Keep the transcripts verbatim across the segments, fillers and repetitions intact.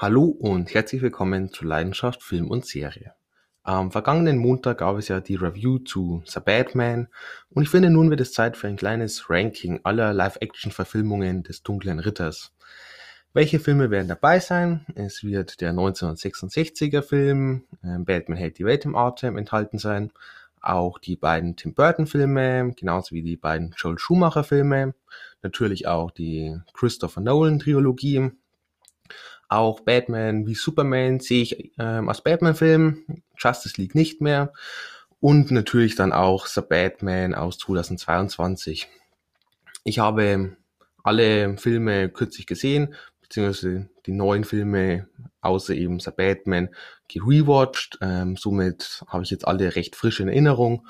Hallo und herzlich willkommen zu Leidenschaft Film und Serie. Am vergangenen Montag gab es ja die Review zu The Batman und ich finde, nun wird es Zeit für ein kleines Ranking aller Live-Action-Verfilmungen des Dunklen Ritters. Welche Filme werden dabei sein? Es wird der neunzehnhundertsechsundsechziger Film äh, Batman hält die Welt im Atem enthalten sein, auch die beiden Tim Burton Filme, genauso wie die beiden Joel Schumacher Filme, natürlich auch die Christopher Nolan Trilogie. Auch Batman wie Superman sehe ich ähm, als Batman-Film, Justice League nicht mehr. Und natürlich dann auch The Batman aus zweitausendzweiundzwanzig. Ich habe alle Filme kürzlich gesehen, beziehungsweise die neuen Filme, außer eben The Batman, gerewatcht. Ähm, somit habe ich jetzt alle recht frisch in Erinnerung.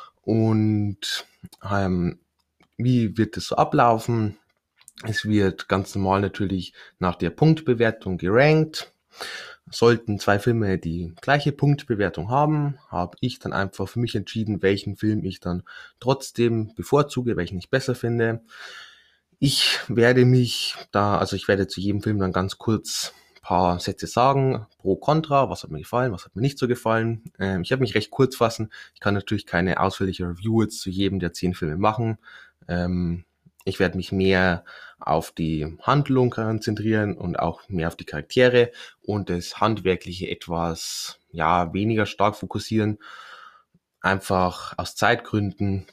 Und ähm, wie wird es so ablaufen? Es wird ganz normal natürlich nach der Punktbewertung gerankt. Sollten zwei Filme die gleiche Punktbewertung haben, habe ich dann einfach für mich entschieden, welchen Film ich dann trotzdem bevorzuge, welchen ich besser finde. Ich werde mich da, also ich werde zu jedem Film dann ganz kurz ein paar Sätze sagen, pro, contra, was hat mir gefallen, was hat mir nicht so gefallen. Ähm, ich werde mich recht kurz fassen. Ich kann natürlich keine ausführliche Review jetzt zu jedem der zehn Filme machen. Ähm, ich werde mich mehr auf die Handlung konzentrieren und auch mehr auf die Charaktere und das Handwerkliche etwas, ja, weniger stark fokussieren. Einfach aus Zeitgründen.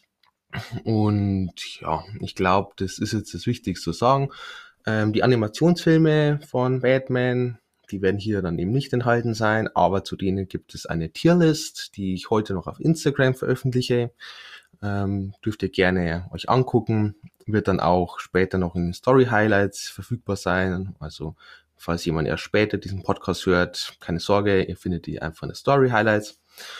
Und ja, ich glaube, das ist jetzt das Wichtigste zu sagen. Ähm, die Animationsfilme von Batman, die werden hier dann eben nicht enthalten sein, aber zu denen gibt es eine Tierlist, die ich heute noch auf Instagram veröffentliche. Ähm, dürft ihr gerne euch angucken. Wird dann auch später noch in den Story Highlights verfügbar sein. Also falls jemand erst später diesen Podcast hört, keine Sorge, ihr findet die einfach in den Story Highlights.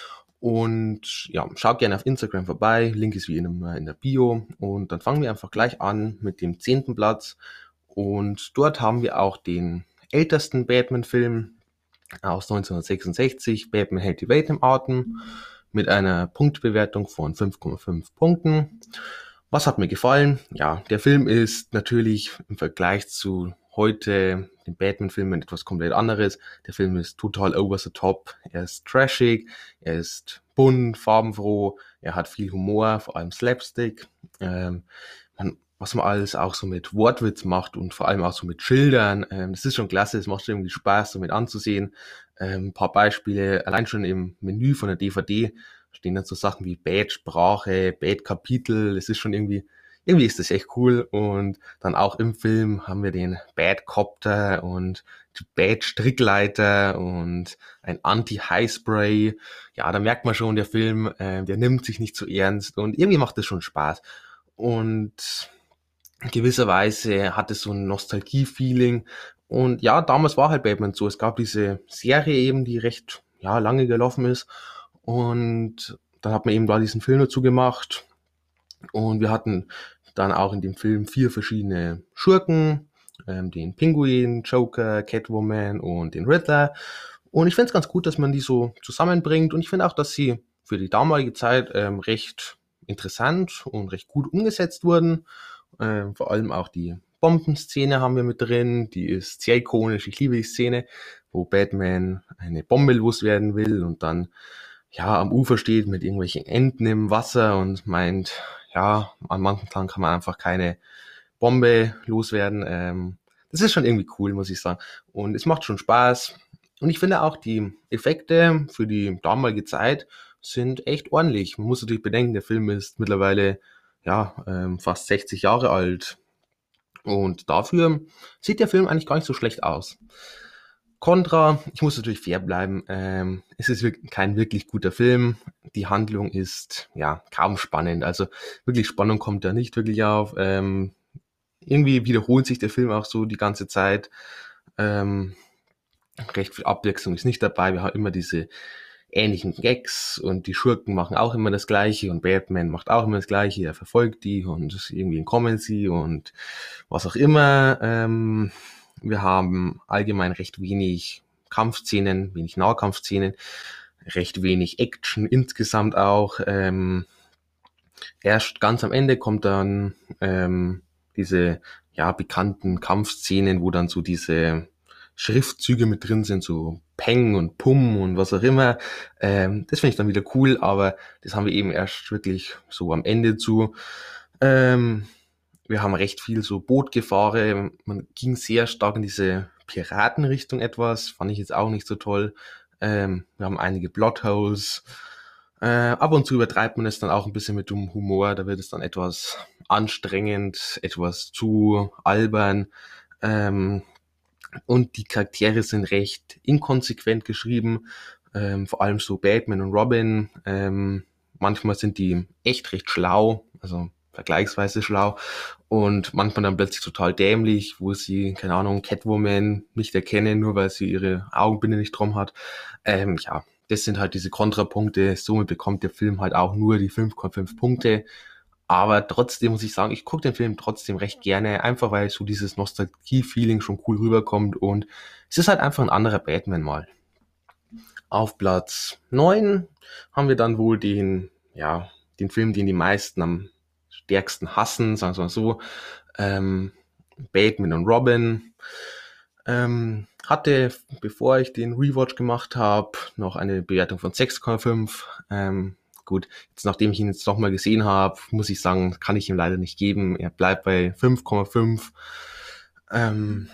Und ja, schaut gerne auf Instagram vorbei. Link ist wie immer in der Bio. Und dann fangen wir einfach gleich an mit dem zehnten Platz. Und dort haben wir auch den ältesten Batman-Film aus neunzehnhundertsechsundsechzig, Batman hält die Welt im Atem, mit einer Punktbewertung von fünf Komma fünf Punkten. Was hat mir gefallen? Ja, der Film ist natürlich im Vergleich zu heute den Batman-Filmen etwas komplett anderes. Der Film ist total over the top. Er ist trashig, er ist bunt, farbenfroh, er hat viel Humor, vor allem Slapstick. Ähm, man, was man alles auch so mit Wortwitz macht und vor allem auch so mit Schildern. Ähm, das ist schon klasse, es macht schon irgendwie Spaß, so mit anzusehen. Ähm, ein paar Beispiele, allein schon im Menü von der D V D stehen dann so Sachen wie Bad-Sprache, Bad-Kapitel. Das ist schon irgendwie, irgendwie ist das echt cool. Und dann auch im Film haben wir den Bad-Copter und die Bad-Strickleiter und ein Anti-High-Spray. Ja, da merkt man schon, der Film, äh, der nimmt sich nicht zu ernst und irgendwie macht das schon Spaß. Und in gewisser Weise hat es so ein Nostalgie-Feeling. Und ja, damals war halt Batman so. Es gab diese Serie eben, die recht ja, lange gelaufen ist. Und dann hat man eben da diesen Film dazu gemacht. Und wir hatten dann auch in dem Film vier verschiedene Schurken. Ähm, den Pinguin, Joker, Catwoman und den Riddler. Und ich finde es ganz gut, dass man die so zusammenbringt. Und ich finde auch, dass sie für die damalige Zeit ähm, recht interessant und recht gut umgesetzt wurden. Ähm, vor allem auch die Bombenszene haben wir mit drin. Die ist sehr ikonisch. Ich liebe die Szene, wo Batman eine Bombe loswerden will und dann ja am Ufer steht mit irgendwelchen Enten im Wasser und meint, ja, an manchen Tagen kann man einfach keine Bombe loswerden. Ähm, das ist schon irgendwie cool, muss ich sagen. Und es macht schon Spaß. Und ich finde auch die Effekte für die damalige Zeit sind echt ordentlich. Man muss natürlich bedenken, der Film ist mittlerweile ja ähm, fast sechzig Jahre alt. Und dafür sieht der Film eigentlich gar nicht so schlecht aus. Contra, ich muss natürlich fair bleiben. Ähm, es ist wirklich kein wirklich guter Film. Die Handlung ist ja kaum spannend. Also wirklich Spannung kommt da nicht wirklich auf. Ähm, irgendwie wiederholt sich der Film auch so die ganze Zeit. Ähm, recht viel Abwechslung ist nicht dabei. Wir haben immer diese ähnlichen Gags und die Schurken machen auch immer das Gleiche und Batman macht auch immer das Gleiche. Er verfolgt die und irgendwie entkommen sie und was auch immer. Ähm, wir haben allgemein recht wenig Kampfszenen, wenig Nahkampfszenen, recht wenig Action insgesamt auch. Ähm, erst ganz am Ende kommt dann ähm, diese ja bekannten Kampfszenen, wo dann so diese Schriftzüge mit drin sind, so Peng und Pum und was auch immer. Ähm, das finde ich dann wieder cool, aber das haben wir eben erst wirklich so am Ende zu. Ähm, Wir haben recht viel so Bootgefahre. Man ging sehr stark in diese Piratenrichtung etwas. Fand ich jetzt auch nicht so toll. Ähm, wir haben einige Plotholes. Äh, ab und zu übertreibt man es dann auch ein bisschen mit dem Humor. Da wird es dann etwas anstrengend, etwas zu albern. Ähm, und die Charaktere sind recht inkonsequent geschrieben. Ähm, vor allem so Batman und Robin. Ähm, manchmal sind die echt recht schlau, also vergleichsweise schlau. Und manchmal dann plötzlich total dämlich, wo sie, keine Ahnung, Catwoman nicht erkennen, nur weil sie ihre Augenbinde nicht drum hat. Ähm, ja, das sind halt diese Kontrapunkte. Somit bekommt der Film halt auch nur die fünf Komma fünf Punkte. Aber trotzdem muss ich sagen, ich gucke den Film trotzdem recht gerne, einfach weil so dieses Nostalgie-Feeling schon cool rüberkommt und es ist halt einfach ein anderer Batman mal. Auf Platz neun haben wir dann wohl den, ja, den Film, den die meisten am stärksten hassen, sagen wir mal so, ähm, Batman und Robin. Ähm, hatte, bevor ich den Rewatch gemacht habe, noch eine Bewertung von sechs Komma fünf. Ähm, gut, jetzt nachdem ich ihn jetzt nochmal gesehen habe, muss ich sagen, kann ich ihm leider nicht geben. Er bleibt bei fünf Komma fünf. Ähm,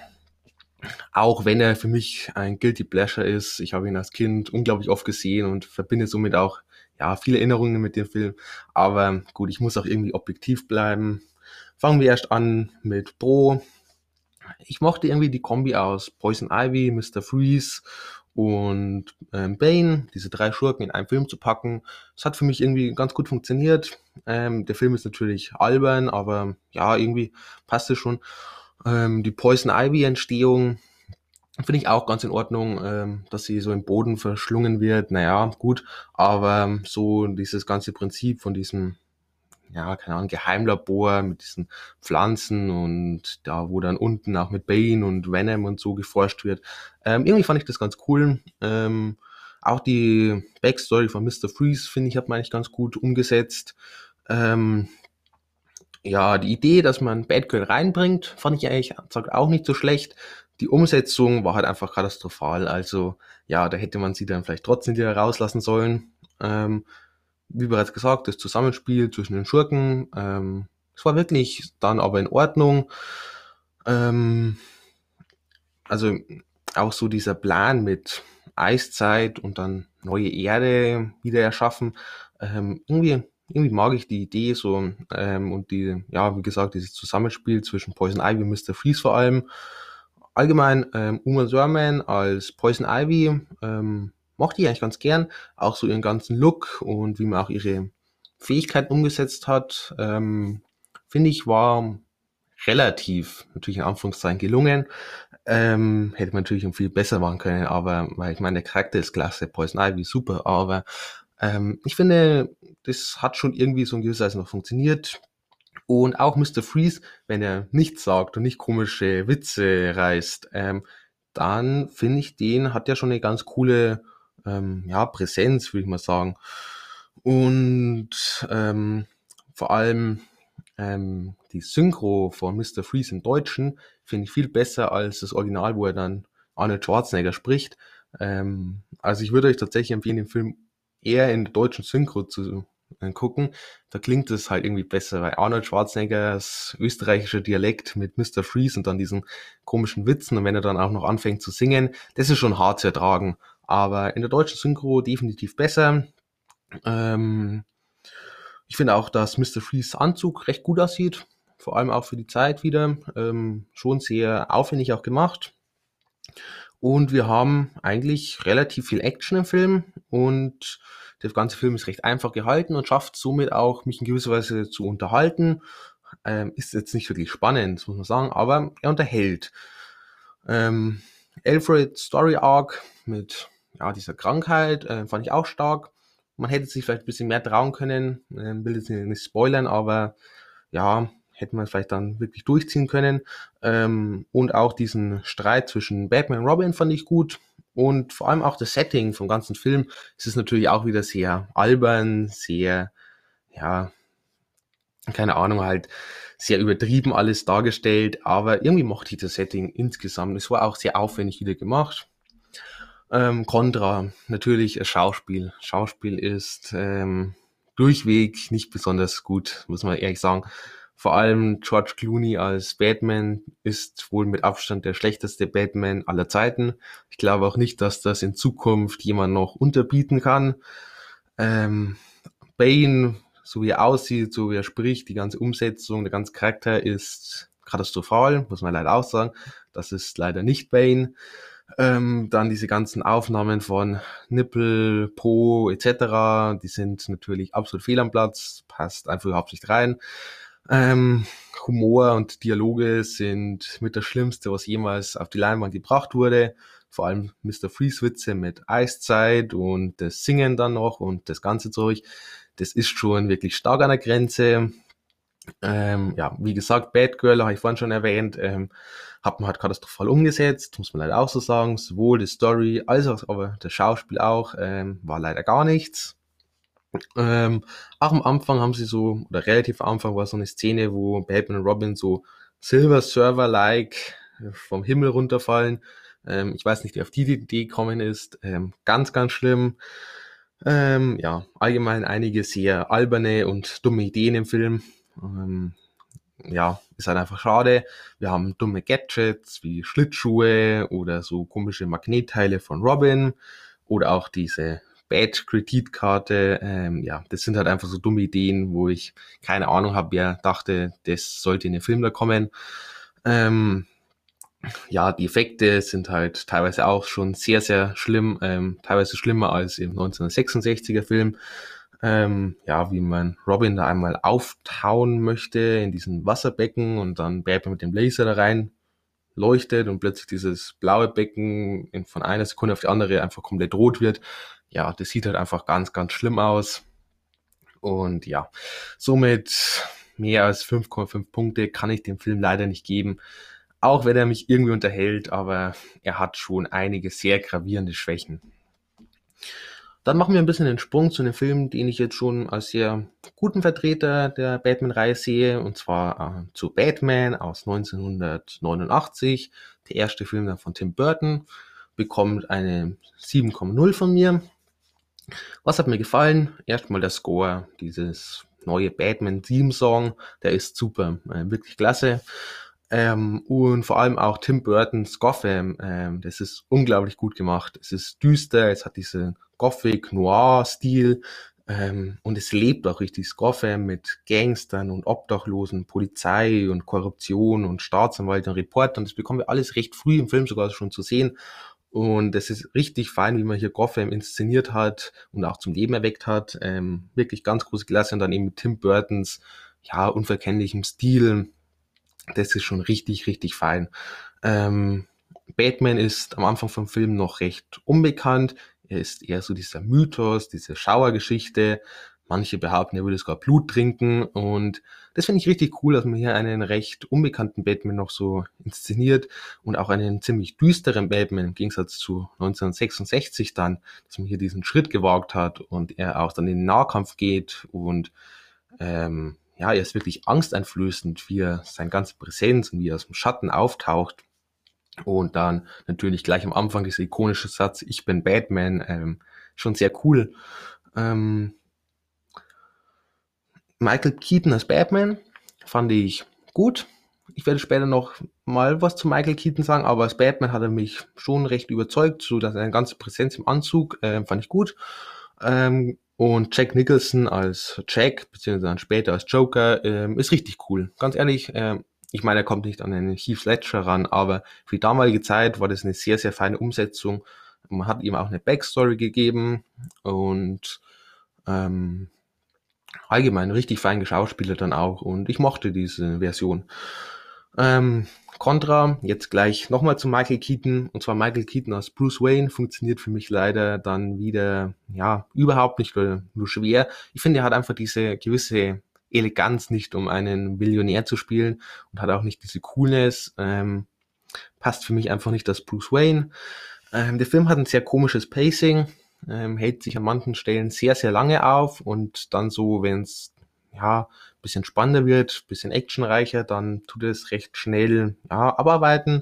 auch wenn er für mich ein Guilty Pleasure ist. Ich habe ihn als Kind unglaublich oft gesehen und verbinde somit auch ja, viele Erinnerungen mit dem Film. Aber gut, ich muss auch irgendwie objektiv bleiben. Fangen wir erst an mit Bro. Ich mochte irgendwie die Kombi aus Poison Ivy, Mister Freeze und ähm, Bane, diese drei Schurken in einen Film zu packen. Das hat für mich irgendwie ganz gut funktioniert. Ähm, der Film ist natürlich albern, aber ja, irgendwie passt es schon. Ähm, die Poison Ivy Entstehung finde ich auch ganz in Ordnung, ähm, dass sie so im Boden verschlungen wird. Naja, gut, aber so dieses ganze Prinzip von diesem ja, keine Ahnung, Geheimlabor mit diesen Pflanzen und da, wo dann unten auch mit Bane und Venom und so geforscht wird. Ähm, irgendwie fand ich das ganz cool. Ähm, auch die Backstory von Mister Freeze, finde ich, hat man eigentlich ganz gut umgesetzt. Ähm, ja, die Idee, dass man Batgirl reinbringt, fand ich eigentlich sagt, auch nicht so schlecht. Die Umsetzung war halt einfach katastrophal. Also, ja, da hätte man sie dann vielleicht trotzdem wieder rauslassen sollen. Ähm, wie bereits gesagt, das Zusammenspiel zwischen den Schurken, ähm, es war wirklich dann aber in Ordnung. Ähm, also auch so dieser Plan mit Eiszeit und dann neue Erde wieder erschaffen, ähm, irgendwie, irgendwie mag ich die Idee so ähm, und die, ja, wie gesagt, dieses Zusammenspiel zwischen Poison Ivy und Mister Freeze vor allem. Allgemein ähm, Uma Thurman als Poison Ivy ähm, mochte ich eigentlich ganz gern. Auch so ihren ganzen Look und wie man auch ihre Fähigkeiten umgesetzt hat, ähm, finde ich, war relativ, natürlich in Anführungszeichen, gelungen. Ähm, hätte man natürlich viel besser machen können, aber weil ich meine, der Charakter ist klasse, Poison Ivy super, aber ähm, ich finde, das hat schon irgendwie so in gewisser Weise noch funktioniert. Und auch Mister Freeze, wenn er nichts sagt und nicht komische Witze reißt, ähm, dann finde ich, den hat ja schon eine ganz coole ähm, ja, Präsenz, würde ich mal sagen. Und ähm, vor allem ähm, die Synchro von Mister Freeze im Deutschen finde ich viel besser als das Original, wo er dann Arnold Schwarzenegger spricht. Ähm, also ich würde euch tatsächlich empfehlen, den Film eher in der deutschen Synchro zu äh, gucken. Da klingt es halt irgendwie besser, weil Arnold Schwarzeneggers österreichischer Dialekt mit Mister Freeze und dann diesen komischen Witzen und wenn er dann auch noch anfängt zu singen, das ist schon hart zu ertragen. Aber in der deutschen Synchro definitiv besser. Ähm, Ich finde auch, dass Mister Freeze Anzug recht gut aussieht. Vor allem auch für die Zeit wieder. Ähm, schon sehr aufwendig auch gemacht. Und wir haben eigentlich relativ viel Action im Film und der ganze Film ist recht einfach gehalten und schafft somit auch, mich in gewisser Weise zu unterhalten. Ähm, ist jetzt nicht wirklich spannend, muss man sagen, aber er unterhält. Ähm, Alfred Story Arc mit ja, dieser Krankheit äh, fand ich auch stark. Man hätte sich vielleicht ein bisschen mehr trauen können, ähm, will jetzt nicht spoilern, aber ja, hätte man vielleicht dann wirklich durchziehen können. Ähm, und auch diesen Streit zwischen Batman und Robin fand ich gut. Und vor allem auch das Setting vom ganzen Film. Es ist natürlich auch wieder sehr albern, sehr, ja, keine Ahnung, halt sehr übertrieben alles dargestellt, aber irgendwie mochte ich das Setting insgesamt. Es war auch sehr aufwendig wieder gemacht. Ähm, Contra, natürlich das Schauspiel. Schauspiel ist ähm, durchweg nicht besonders gut, muss man ehrlich sagen. Vor allem George Clooney als Batman ist wohl mit Abstand der schlechteste Batman aller Zeiten. Ich glaube auch nicht, dass das in Zukunft jemand noch unterbieten kann. Ähm, Bane, so wie er aussieht, so wie er spricht, die ganze Umsetzung, der ganze Charakter ist katastrophal, muss man leider auch sagen. Das ist leider nicht Bane. Ähm, dann diese ganzen Aufnahmen von Nippel, Po et cetera, die sind natürlich absolut fehl am Platz, passt einfach überhaupt nicht rein. Ähm, Humor und Dialoge sind mit das Schlimmste, was jemals auf die Leinwand gebracht wurde. Vor allem Mister Freeze-Witze mit Eiszeit und das Singen dann noch und das ganze Zeug. Das ist schon wirklich stark an der Grenze. Ähm, ja, wie gesagt, Bad Girl habe ich vorhin schon erwähnt, ähm, hat man halt katastrophal umgesetzt, muss man leider auch so sagen. Sowohl die Story als auch aber das Schauspiel auch, ähm, war leider gar nichts. Ähm, auch am Anfang haben sie so, oder relativ am Anfang war so eine Szene, wo Batman und Robin so Silver Server-like vom Himmel runterfallen. Ähm, ich weiß nicht, wie auf die Idee gekommen ist. Ähm, ganz, ganz schlimm. Ähm, ja, allgemein einige sehr alberne und dumme Ideen im Film. Ähm, ja, ist halt einfach schade. Wir haben dumme Gadgets wie Schlittschuhe oder so komische Magnetteile von Robin oder auch diese Bad-Kreditkarte. Ähm, ja, das sind halt einfach so dumme Ideen, wo ich keine Ahnung habe, wer dachte, das sollte in den Film da kommen. Ähm, ja, die Effekte sind halt teilweise auch schon sehr, sehr schlimm, ähm, teilweise schlimmer als im neunzehnhundertsechsundsechziger Film. Ähm, ja, wie man Robin da einmal auftauen möchte in diesen Wasserbecken und dann Batman mit dem Laser da rein leuchtet und plötzlich dieses blaue Becken in, von einer Sekunde auf die andere einfach komplett rot wird. Ja, das sieht halt einfach ganz, ganz schlimm aus. Und ja, somit mehr als fünf Komma fünf Punkte kann ich dem Film leider nicht geben. Auch wenn er mich irgendwie unterhält, aber er hat schon einige sehr gravierende Schwächen. Dann machen wir ein bisschen den Sprung zu einem Film, den ich jetzt schon als sehr guten Vertreter der Batman-Reihe sehe, und zwar äh, zu Batman aus neunzehnhundertneunundachtzig. Der erste Film dann von Tim Burton, bekommt eine sieben Komma null von mir. Was hat mir gefallen? Erstmal der Score, dieses neue Batman-Theme-Song, der ist super, äh, wirklich klasse. Ähm, und vor allem auch Tim Burtons Gotham, ähm, das ist unglaublich gut gemacht. Es ist düster, es hat diesen Gothic-Noir-Stil ähm, und es lebt auch richtig Gotham mit Gangstern und Obdachlosen, Polizei und Korruption und Staatsanwalt und Reportern. Das bekommen wir alles recht früh im Film sogar schon zu sehen. Und es ist richtig fein, wie man hier Gotham inszeniert hat und auch zum Leben erweckt hat. Ähm, wirklich ganz große Klasse und dann eben mit Tim Burtons, ja, unverkennlichem Stil. Das ist schon richtig, richtig fein. Ähm, Batman ist am Anfang vom Film noch recht unbekannt. Er ist eher so dieser Mythos, diese Schauergeschichte. Manche behaupten, er würde sogar Blut trinken. Und das finde ich richtig cool, dass man hier einen recht unbekannten Batman noch so inszeniert und auch einen ziemlich düsteren Batman im Gegensatz zu neunzehnhundertsechsundsechzig dann, dass man hier diesen Schritt gewagt hat und er auch dann in den Nahkampf geht und ähm, ja, er ist wirklich angsteinflößend, wie er seine ganze Präsenz und wie er aus dem Schatten auftaucht. Und dann natürlich gleich am Anfang dieser ikonische Satz, ich bin Batman, ähm, schon sehr cool. Ähm, Michael Keaton als Batman fand ich gut. Ich werde später noch mal was zu Michael Keaton sagen, aber als Batman hat er mich schon recht überzeugt, so dass seine ganze Präsenz im Anzug äh, fand ich gut. Ähm, und Jack Nicholson als Jack, beziehungsweise dann später als Joker, ähm, ist richtig cool. Ganz ehrlich, ähm, ich meine, er kommt nicht an einen Heath Ledger ran, aber für die damalige Zeit war das eine sehr, sehr feine Umsetzung. Man hat ihm auch eine Backstory gegeben und ähm, allgemein richtig fein geschauspielert dann auch und ich mochte diese Version. Ähm, Contra, jetzt gleich nochmal zu Michael Keaton, und zwar Michael Keaton als Bruce Wayne funktioniert für mich leider dann wieder, ja, überhaupt nicht oder nur schwer. Ich finde, er hat einfach diese gewisse Eleganz nicht, um einen Millionär zu spielen und hat auch nicht diese Coolness, ähm, passt für mich einfach nicht als Bruce Wayne. Ähm, der Film hat ein sehr komisches Pacing, ähm, hält sich an manchen Stellen sehr, sehr lange auf und dann so, wenn es ja bisschen spannender wird, bisschen actionreicher, dann tut es recht schnell ja, abarbeiten.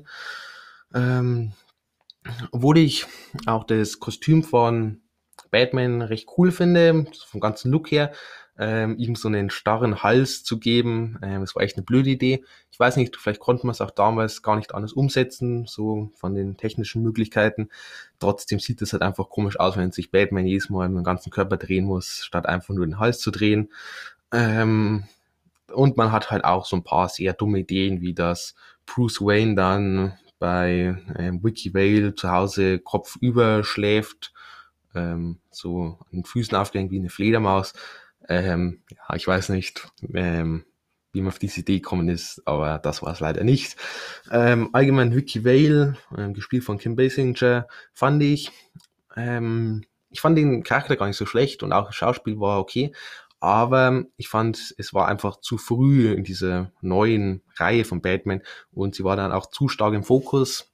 Ähm, Obwohl ich auch das Kostüm von Batman recht cool finde, vom ganzen Look her, ähm, ihm so einen starren Hals zu geben, ähm, das war echt eine blöde Idee. Ich weiß nicht, vielleicht konnte man es auch damals gar nicht anders umsetzen, so von den technischen Möglichkeiten. Trotzdem sieht es halt einfach komisch aus, wenn sich Batman jedes Mal mit dem ganzen Körper drehen muss, statt einfach nur den Hals zu drehen. Ähm, und man hat halt auch so ein paar sehr dumme Ideen, wie dass Bruce Wayne dann bei ähm, Vicky Vale zu Hause kopfüber schläft, ähm, so an den Füßen aufgehängt wie eine Fledermaus. Ähm, ja, ich weiß nicht, ähm, wie man auf diese Idee gekommen ist, aber das war es leider nicht. Ähm, allgemein Vicky Vale, ähm, gespielt von Kim Basinger, fand ich, ähm, ich fand den Charakter gar nicht so schlecht und auch das Schauspiel war okay, aber ich fand, es war einfach zu früh in dieser neuen Reihe von Batman und sie war dann auch zu stark im Fokus.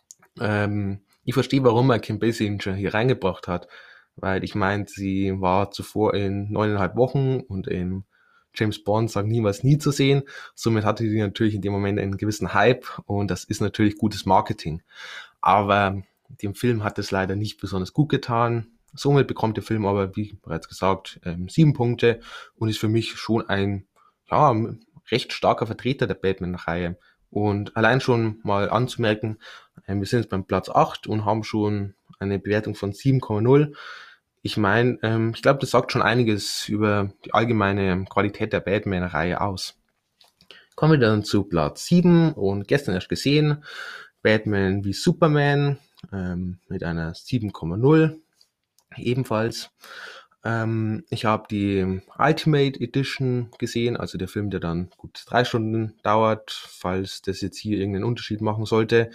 Ähm, ich verstehe, warum er Kim Basinger hier reingebracht hat, weil ich meine, sie war zuvor in neuneinhalb Wochen und in James Bond sagt niemals nie zu sehen. Somit hatte die natürlich in dem Moment einen gewissen Hype und das ist natürlich gutes Marketing. Aber dem Film hat es leider nicht besonders gut getan. Somit bekommt der Film aber, wie bereits gesagt, ähm, sieben Punkte und ist für mich schon ein ja, recht starker Vertreter der Batman-Reihe. Und allein schon mal anzumerken, ähm, wir sind jetzt beim Platz acht und haben schon eine Bewertung von sieben Komma null. Ich meine, ähm, ich glaube, das sagt schon einiges über die allgemeine Qualität der Batman-Reihe aus. Kommen wir dann zu Platz sieben und gestern erst gesehen, Batman wie Superman ähm, mit einer sieben Komma null ebenfalls. Ähm, ich habe die Ultimate Edition gesehen, also der Film, der dann gut drei Stunden dauert, falls das jetzt hier irgendeinen Unterschied machen sollte.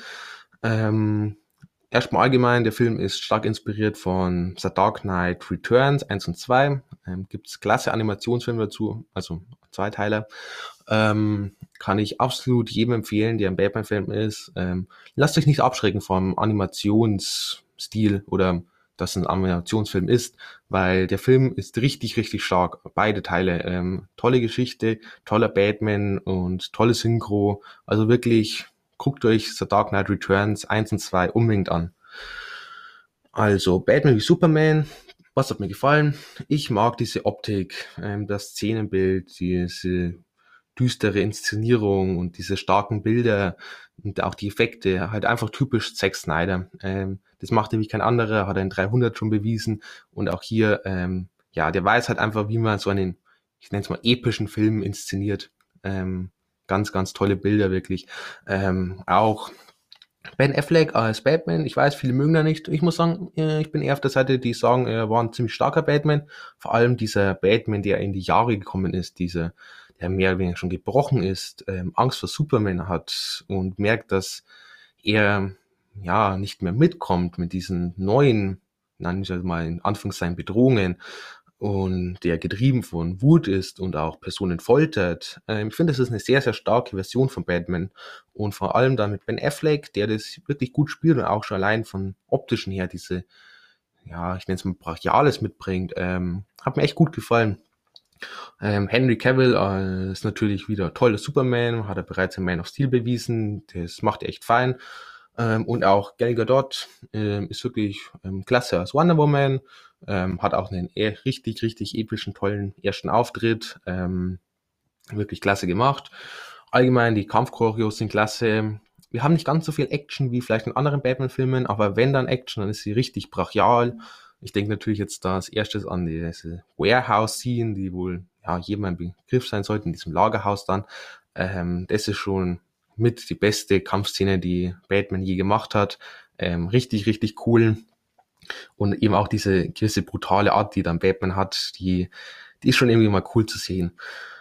Ähm, Erstmal allgemein, der Film ist stark inspiriert von The Dark Knight Returns eins und zwei. Ähm, Gibt es klasse Animationsfilme dazu, also Zweiteiler. Ähm, kann ich absolut jedem empfehlen, der ein Batman-Fan ist. Ähm, lasst euch nicht abschrecken vom Animationsstil oder dass es ein Animationsfilm ist, weil der Film ist richtig, richtig stark. Beide Teile. Ähm, tolle Geschichte, toller Batman und tolle Synchro. Also wirklich, guckt euch The Dark Knight Returns eins und zwei unbedingt an. Also, Batman wie Superman, was hat mir gefallen? Ich mag diese Optik, ähm, das Szenenbild, diese düstere Inszenierung und diese starken Bilder und auch die Effekte, halt einfach typisch Zack Snyder. Ähm, das macht er wie kein anderer, hat er in dreihundert schon bewiesen und auch hier, ähm, ja, der weiß halt einfach, wie man so einen, ich nenne es mal, epischen Film inszeniert. Ähm, ganz, ganz tolle Bilder wirklich. Ähm, auch Ben Affleck als Batman, ich weiß, viele mögen er nicht. Ich muss sagen, äh, ich bin eher auf der Seite, die sagen, er war ein ziemlich starker Batman. Vor allem dieser Batman, der in die Jahre gekommen ist, dieser, der mehr oder weniger schon gebrochen ist, ähm, Angst vor Superman hat und merkt, dass er ja nicht mehr mitkommt mit diesen neuen, nennen wir mal in Anführungszeichen Bedrohungen und der getrieben von Wut ist und auch Personen foltert. Ähm, ich finde, das ist eine sehr, sehr starke Version von Batman und vor allem dann mit Ben Affleck, der das wirklich gut spielt und auch schon allein von optischen her diese, ja, ich nenne es mal Brachiales mitbringt. Ähm, hat mir echt gut gefallen. Ähm, Henry Cavill äh, ist natürlich wieder toller Superman, hat er bereits in Man of Steel bewiesen, das macht er echt fein. Ähm, und auch Gal Gadot ähm, ist wirklich ähm, klasse als Wonder Woman, ähm, hat auch einen eher richtig, richtig epischen, tollen ersten Auftritt, ähm, wirklich klasse gemacht. Allgemein, die Kampfchoreos sind klasse. Wir haben nicht ganz so viel Action wie vielleicht in anderen Batman-Filmen, aber wenn dann Action, dann ist sie richtig brachial. Ich denke natürlich jetzt da als erstes an diese Warehouse-Scene, die wohl ja, jedem ein Begriff sein sollte, in diesem Lagerhaus dann. Ähm, das ist schon mit die beste Kampfszene, die Batman je gemacht hat. Ähm, richtig, richtig cool. Und eben auch diese gewisse brutale Art, die dann Batman hat, die, die ist schon irgendwie mal cool zu sehen.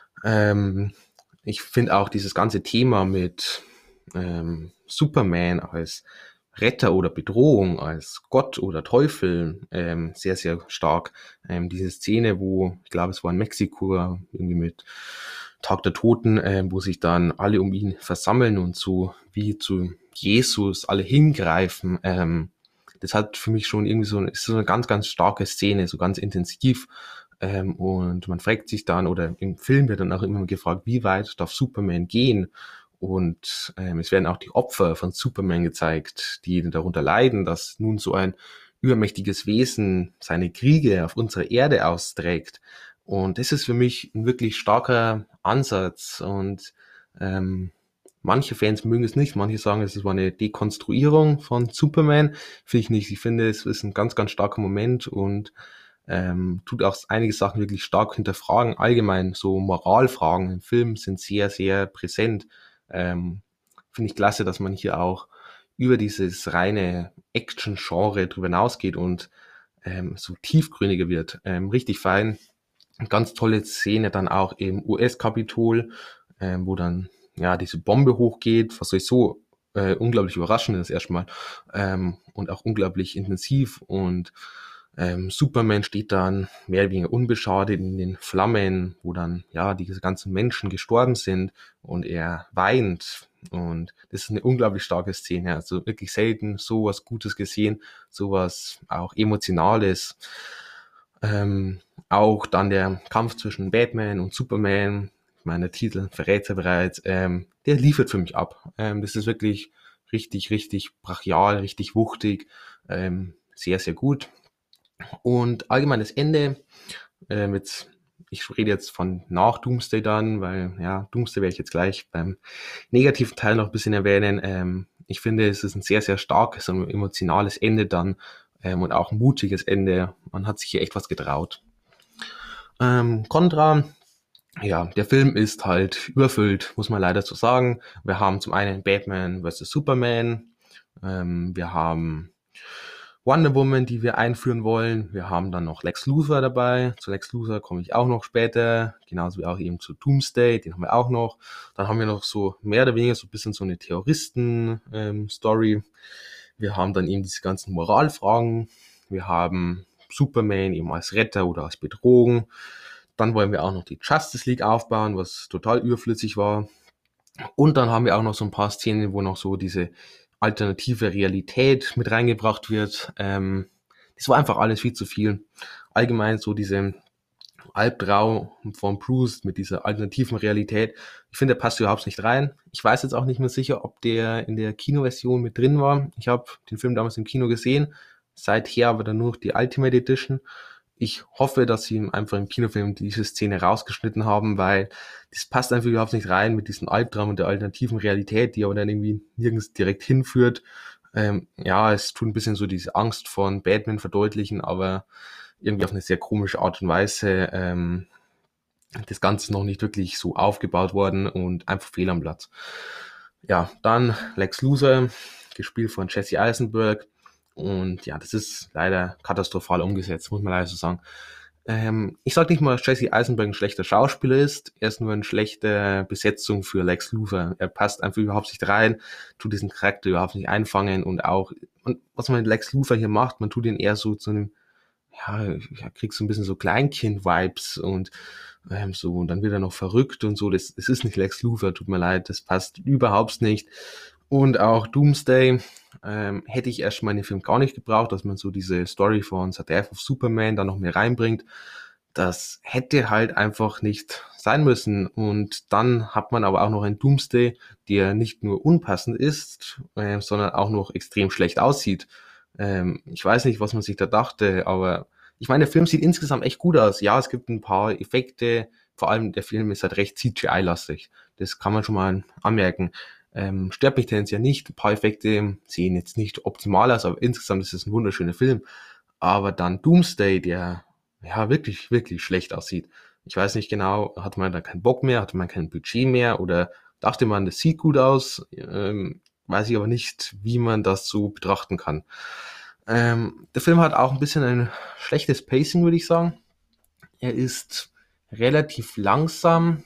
Ähm, Ich finde auch dieses ganze Thema mit ähm, Superman als Retter oder Bedrohung, als Gott oder Teufel ähm, sehr, sehr stark. Ähm, diese Szene, wo, ich glaube, es war in Mexiko, irgendwie mit Tag der Toten, ähm, wo sich dann alle um ihn versammeln und so wie zu Jesus alle hingreifen. Ähm, das hat für mich schon irgendwie so, ist so eine ganz, ganz starke Szene, so ganz intensiv. Ähm, und man fragt sich dann, oder im Film wird dann auch immer gefragt, wie weit darf Superman gehen? Und ähm, es werden auch die Opfer von Superman gezeigt, die darunter leiden, dass nun so ein übermächtiges Wesen seine Kriege auf unserer Erde austrägt. Und das ist für mich ein wirklich starker Ansatz. Und ähm, manche Fans mögen es nicht, manche sagen, es war eine Dekonstruierung von Superman. Finde ich nicht. Ich finde, es ist ein ganz, ganz starker Moment und ähm, tut auch einige Sachen wirklich stark hinterfragen. Allgemein so Moralfragen im Film sind sehr, sehr präsent. Ähm, Finde ich klasse, dass man hier auch über dieses reine Action-Genre drüber hinausgeht und ähm, so tiefgründiger wird. Ähm, richtig fein. Ganz tolle Szene dann auch im U S-Kapitol, ähm, wo dann ja diese Bombe hochgeht, was sowieso äh, unglaublich überraschend ist erstmal ähm, und auch unglaublich intensiv und ähm, Superman steht dann mehr oder weniger unbeschadet in den Flammen, wo dann ja diese ganzen Menschen gestorben sind und er weint und das ist eine unglaublich starke Szene, also wirklich selten sowas Gutes gesehen, sowas auch Emotionales. Ähm, Auch dann der Kampf zwischen Batman und Superman, ich meine, der Titel verrät ja bereits, ähm, der liefert für mich ab. Ähm, das ist wirklich richtig, richtig brachial, richtig wuchtig, ähm, sehr, sehr gut. Und allgemeines Ende, ähm, jetzt, ich rede jetzt von nach Doomsday dann, weil ja, Doomsday werde ich jetzt gleich beim negativen Teil noch ein bisschen erwähnen. Ähm, ich finde, es ist ein sehr, sehr starkes und emotionales Ende dann ähm, und auch ein mutiges Ende. Man hat sich hier echt was getraut. Ähm, Contra, ja, der Film ist halt überfüllt, muss man leider so sagen. Wir haben zum einen Batman versus. Superman, ähm, wir haben Wonder Woman, die wir einführen wollen. Wir haben dann noch Lex Luthor dabei. Zu Lex Luthor komme ich auch noch später. Genauso wie auch eben zu Doomsday, den haben wir auch noch. Dann haben wir noch so mehr oder weniger so ein bisschen so eine Terroristen-Story. Wir haben dann eben diese ganzen Moralfragen. Wir haben Superman eben als Retter oder als Bedrohung. Dann wollen wir auch noch die Justice League aufbauen, was total überflüssig war. Und dann haben wir auch noch so ein paar Szenen, wo noch so diese alternative Realität mit reingebracht wird. Ähm, das war einfach alles viel zu viel. Allgemein so diese Albtraum von Bruce mit dieser alternativen Realität. Ich finde, der passt überhaupt nicht rein. Ich weiß jetzt auch nicht mehr sicher, ob der in der Kinoversion mit drin war. Ich habe den Film damals im Kino gesehen. Seither aber dann nur noch die Ultimate Edition. Ich hoffe, dass sie einfach im Kinofilm diese Szene rausgeschnitten haben, weil das passt einfach überhaupt nicht rein mit diesem Albtraum und der alternativen Realität, die aber dann irgendwie nirgends direkt hinführt. Ähm, ja, es tut ein bisschen so diese Angst von Batman verdeutlichen, aber irgendwie auf eine sehr komische Art und Weise. Ähm, das Ganze ist noch nicht wirklich so aufgebaut worden und einfach fehl am Platz. Ja, dann Lex Luthor, gespielt von Jesse Eisenberg. Und ja, das ist leider katastrophal umgesetzt, muss man leider so sagen. Ähm, ich sage nicht mal, dass Jesse Eisenberg ein schlechter Schauspieler ist. Er ist nur eine schlechte Besetzung für Lex Luthor. Er passt einfach überhaupt nicht rein, tut diesen Charakter überhaupt nicht einfangen und auch, und was man mit Lex Luthor hier macht, man tut ihn eher so zu einem, ja, ja kriegst so ein bisschen so Kleinkind-Vibes und ähm, so, und dann wird er noch verrückt und so. Das, das ist nicht Lex Luthor, tut mir leid, das passt überhaupt nicht. Und auch Doomsday ähm, hätte ich erst mal in den Film gar nicht gebraucht, dass man so diese Story von The Death of Superman da noch mehr reinbringt. Das hätte halt einfach nicht sein müssen. Und dann hat man aber auch noch einen Doomsday, der nicht nur unpassend ist, äh, sondern auch noch extrem schlecht aussieht. Ähm, ich weiß nicht, was man sich da dachte, aber ich meine, der Film sieht insgesamt echt gut aus. Ja, es gibt ein paar Effekte, vor allem der Film ist halt recht C G I-lastig. Das kann man schon mal anmerken. Ähm, stört mich tendenziell nicht. Ein paar Effekte sehen jetzt nicht optimal aus, aber insgesamt ist es ein wunderschöner Film. Aber dann Doomsday, der ja wirklich, wirklich schlecht aussieht. Ich weiß nicht genau, hatte man da keinen Bock mehr, hatte man kein Budget mehr oder dachte man, das sieht gut aus. Ähm, weiß ich aber nicht, wie man das so betrachten kann. Ähm, der Film hat auch ein bisschen ein schlechtes Pacing, würde ich sagen. Er ist relativ langsam.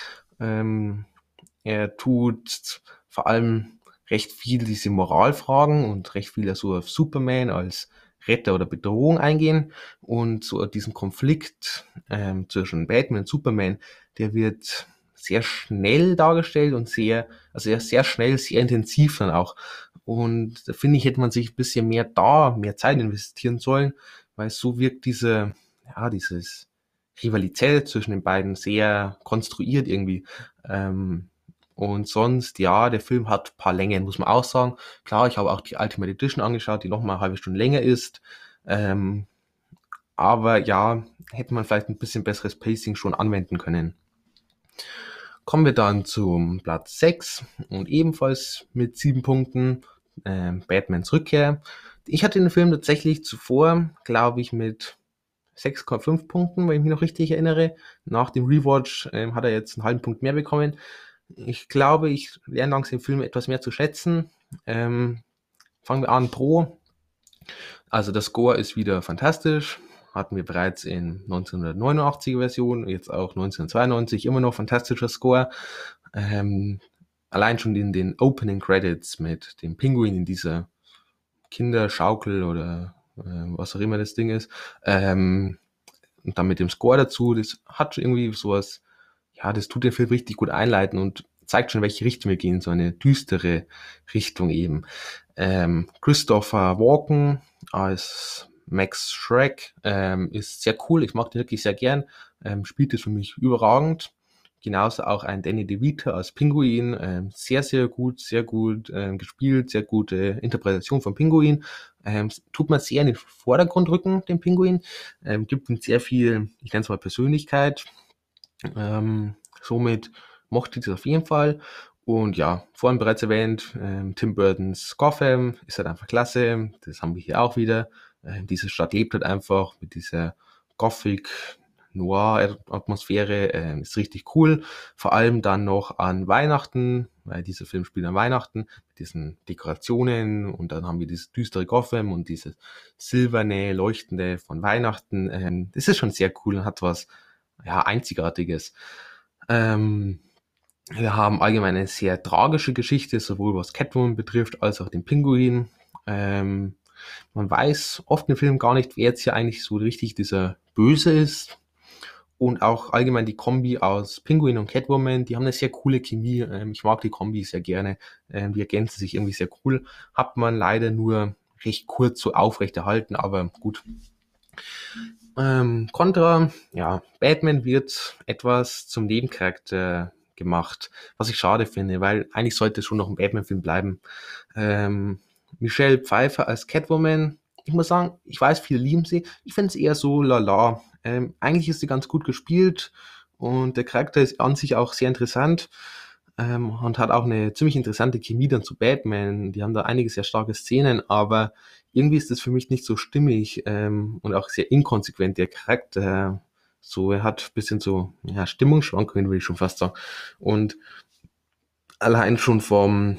Ähm, Er tut vor allem recht viel diese Moralfragen und recht viel so auf Superman als Retter oder Bedrohung eingehen. Und so diesen Konflikt ähm, zwischen Batman und Superman, der wird sehr schnell dargestellt und sehr, also sehr, sehr schnell, sehr intensiv dann auch. Und da finde ich, hätte man sich ein bisschen mehr da, mehr Zeit investieren sollen, weil so wirkt diese, ja, dieses Rivalität zwischen den beiden sehr konstruiert irgendwie. Ähm, und sonst, ja, der Film hat ein paar Längen, muss man auch sagen. Klar, ich habe auch die Ultimate Edition angeschaut, die nochmal eine halbe Stunde länger ist. Ähm, aber ja, hätte man vielleicht ein bisschen besseres Pacing schon anwenden können. Kommen wir dann zum Platz sechs und ebenfalls mit sieben Punkten, ähm, Batmans Rückkehr. Ich hatte den Film tatsächlich zuvor, glaube ich, mit sechs Komma fünf Punkten, wenn ich mich noch richtig erinnere. Nach dem Rewatch ähm, hat er jetzt einen halben Punkt mehr bekommen. Ich glaube, ich lerne langsam den Film etwas mehr zu schätzen. Ähm, fangen wir an, Pro. Also der Score ist wieder fantastisch. Hatten wir bereits in neunzehnhundertneunundachtziger Version, jetzt auch neunzehnhundertzweiundneunzig, immer noch fantastischer Score. Ähm, allein schon in den Opening Credits mit dem Pinguin in dieser Kinderschaukel oder äh, was auch immer das Ding ist. Ähm, und dann mit dem Score dazu, das hat irgendwie sowas, ja, das tut den Film richtig gut einleiten und zeigt schon, welche Richtung wir gehen, so eine düstere Richtung eben. Ähm, Christopher Walken als Max Schreck ähm, ist sehr cool, ich mag den wirklich sehr gern, ähm, spielt es für mich überragend. Genauso auch ein Danny DeVito als Pinguin, ähm, sehr, sehr gut, sehr gut ähm, gespielt, sehr gute Interpretation von Pinguin. Ähm, tut man sehr in den Vordergrund rücken, den Pinguin. Ähm, gibt ihm sehr viel, ich nenne es mal Persönlichkeit. Ähm, somit mochte ich das auf jeden Fall. Und ja, vorhin bereits erwähnt, ähm, Tim Burtons Gotham ist halt einfach klasse. Das haben wir hier auch wieder. Ähm, diese Stadt lebt halt einfach mit dieser Gothic Noir-Atmosphäre. Ähm, ist richtig cool. Vor allem dann noch an Weihnachten, weil dieser Film spielt an Weihnachten mit diesen Dekorationen und dann haben wir dieses düstere Gotham und dieses silberne, leuchtende von Weihnachten. Ähm, das ist schon sehr cool und hat was ja, Einzigartiges. Ähm, wir haben allgemein eine sehr tragische Geschichte, sowohl was Catwoman betrifft, als auch den Pinguin. Ähm, man weiß oft im Film gar nicht, wer jetzt hier eigentlich so richtig dieser Böse ist. Und auch allgemein die Kombi aus Pinguin und Catwoman, die haben eine sehr coole Chemie. Ähm, ich mag die Kombi sehr gerne. Ähm, die ergänzen sich irgendwie sehr cool. Hat man leider nur recht kurz so aufrechterhalten, aber gut. Ähm, Contra, ja, Batman wird etwas zum Nebencharakter gemacht, was ich schade finde, weil eigentlich sollte es schon noch ein Batman-Film bleiben. Ähm, Michelle Pfeiffer als Catwoman, ich muss sagen, ich weiß, viele lieben sie. Ich finde es eher so lala. Ähm, eigentlich ist sie ganz gut gespielt und der Charakter ist an sich auch sehr interessant ähm, und hat auch eine ziemlich interessante Chemie dann zu Batman. Die haben da einige sehr starke Szenen, aber irgendwie ist das für mich nicht so stimmig ähm, und auch sehr inkonsequent, der Charakter. So, er hat ein bisschen so, ja, Stimmungsschwankungen, würde ich schon fast sagen. Und allein schon vom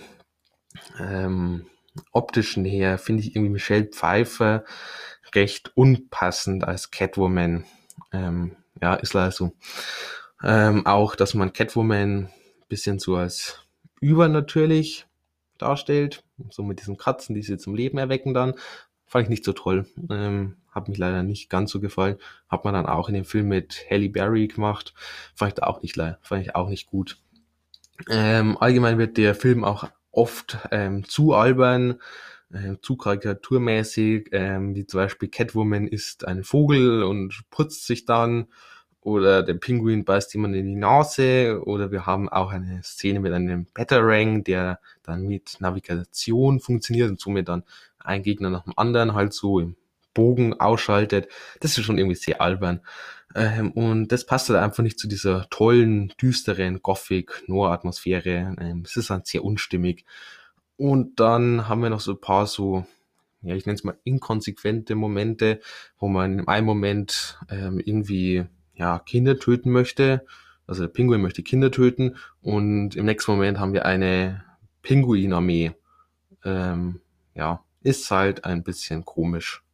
ähm, optischen her finde ich irgendwie Michelle Pfeiffer recht unpassend als Catwoman. Ähm, ja, ist leider so. Ähm, auch, dass man Catwoman ein bisschen so als übernatürlich darstellt, so mit diesen Katzen, die sie zum Leben erwecken dann, fand ich nicht so toll. Ähm, hat mich leider nicht ganz so gefallen. Hat man dann auch in dem Film mit Halle Berry gemacht, fand ich auch nicht leider, fand ich auch nicht gut. Ähm, allgemein wird der Film auch oft ähm, zu albern, äh, zu karikaturmäßig, ähm, wie zum Beispiel Catwoman ist ein Vogel und putzt sich dann oder der Pinguin beißt jemand in die Nase oder wir haben auch eine Szene mit einem Batarang, der dann mit Navigation funktioniert und somit dann ein Gegner nach dem anderen halt so im Bogen ausschaltet. Das ist schon irgendwie sehr albern. Ähm, und das passt halt einfach nicht zu dieser tollen, düsteren Gothic-Noir-Atmosphäre. Ähm, es ist halt sehr unstimmig. Und dann haben wir noch so ein paar so, ja, ich nenne es mal inkonsequente Momente, wo man in einem Moment ähm, irgendwie ja, Kinder töten möchte. Also der Pinguin möchte Kinder töten und im nächsten Moment haben wir eine Pinguinarmee. Ähm, ja, ist halt ein bisschen komisch.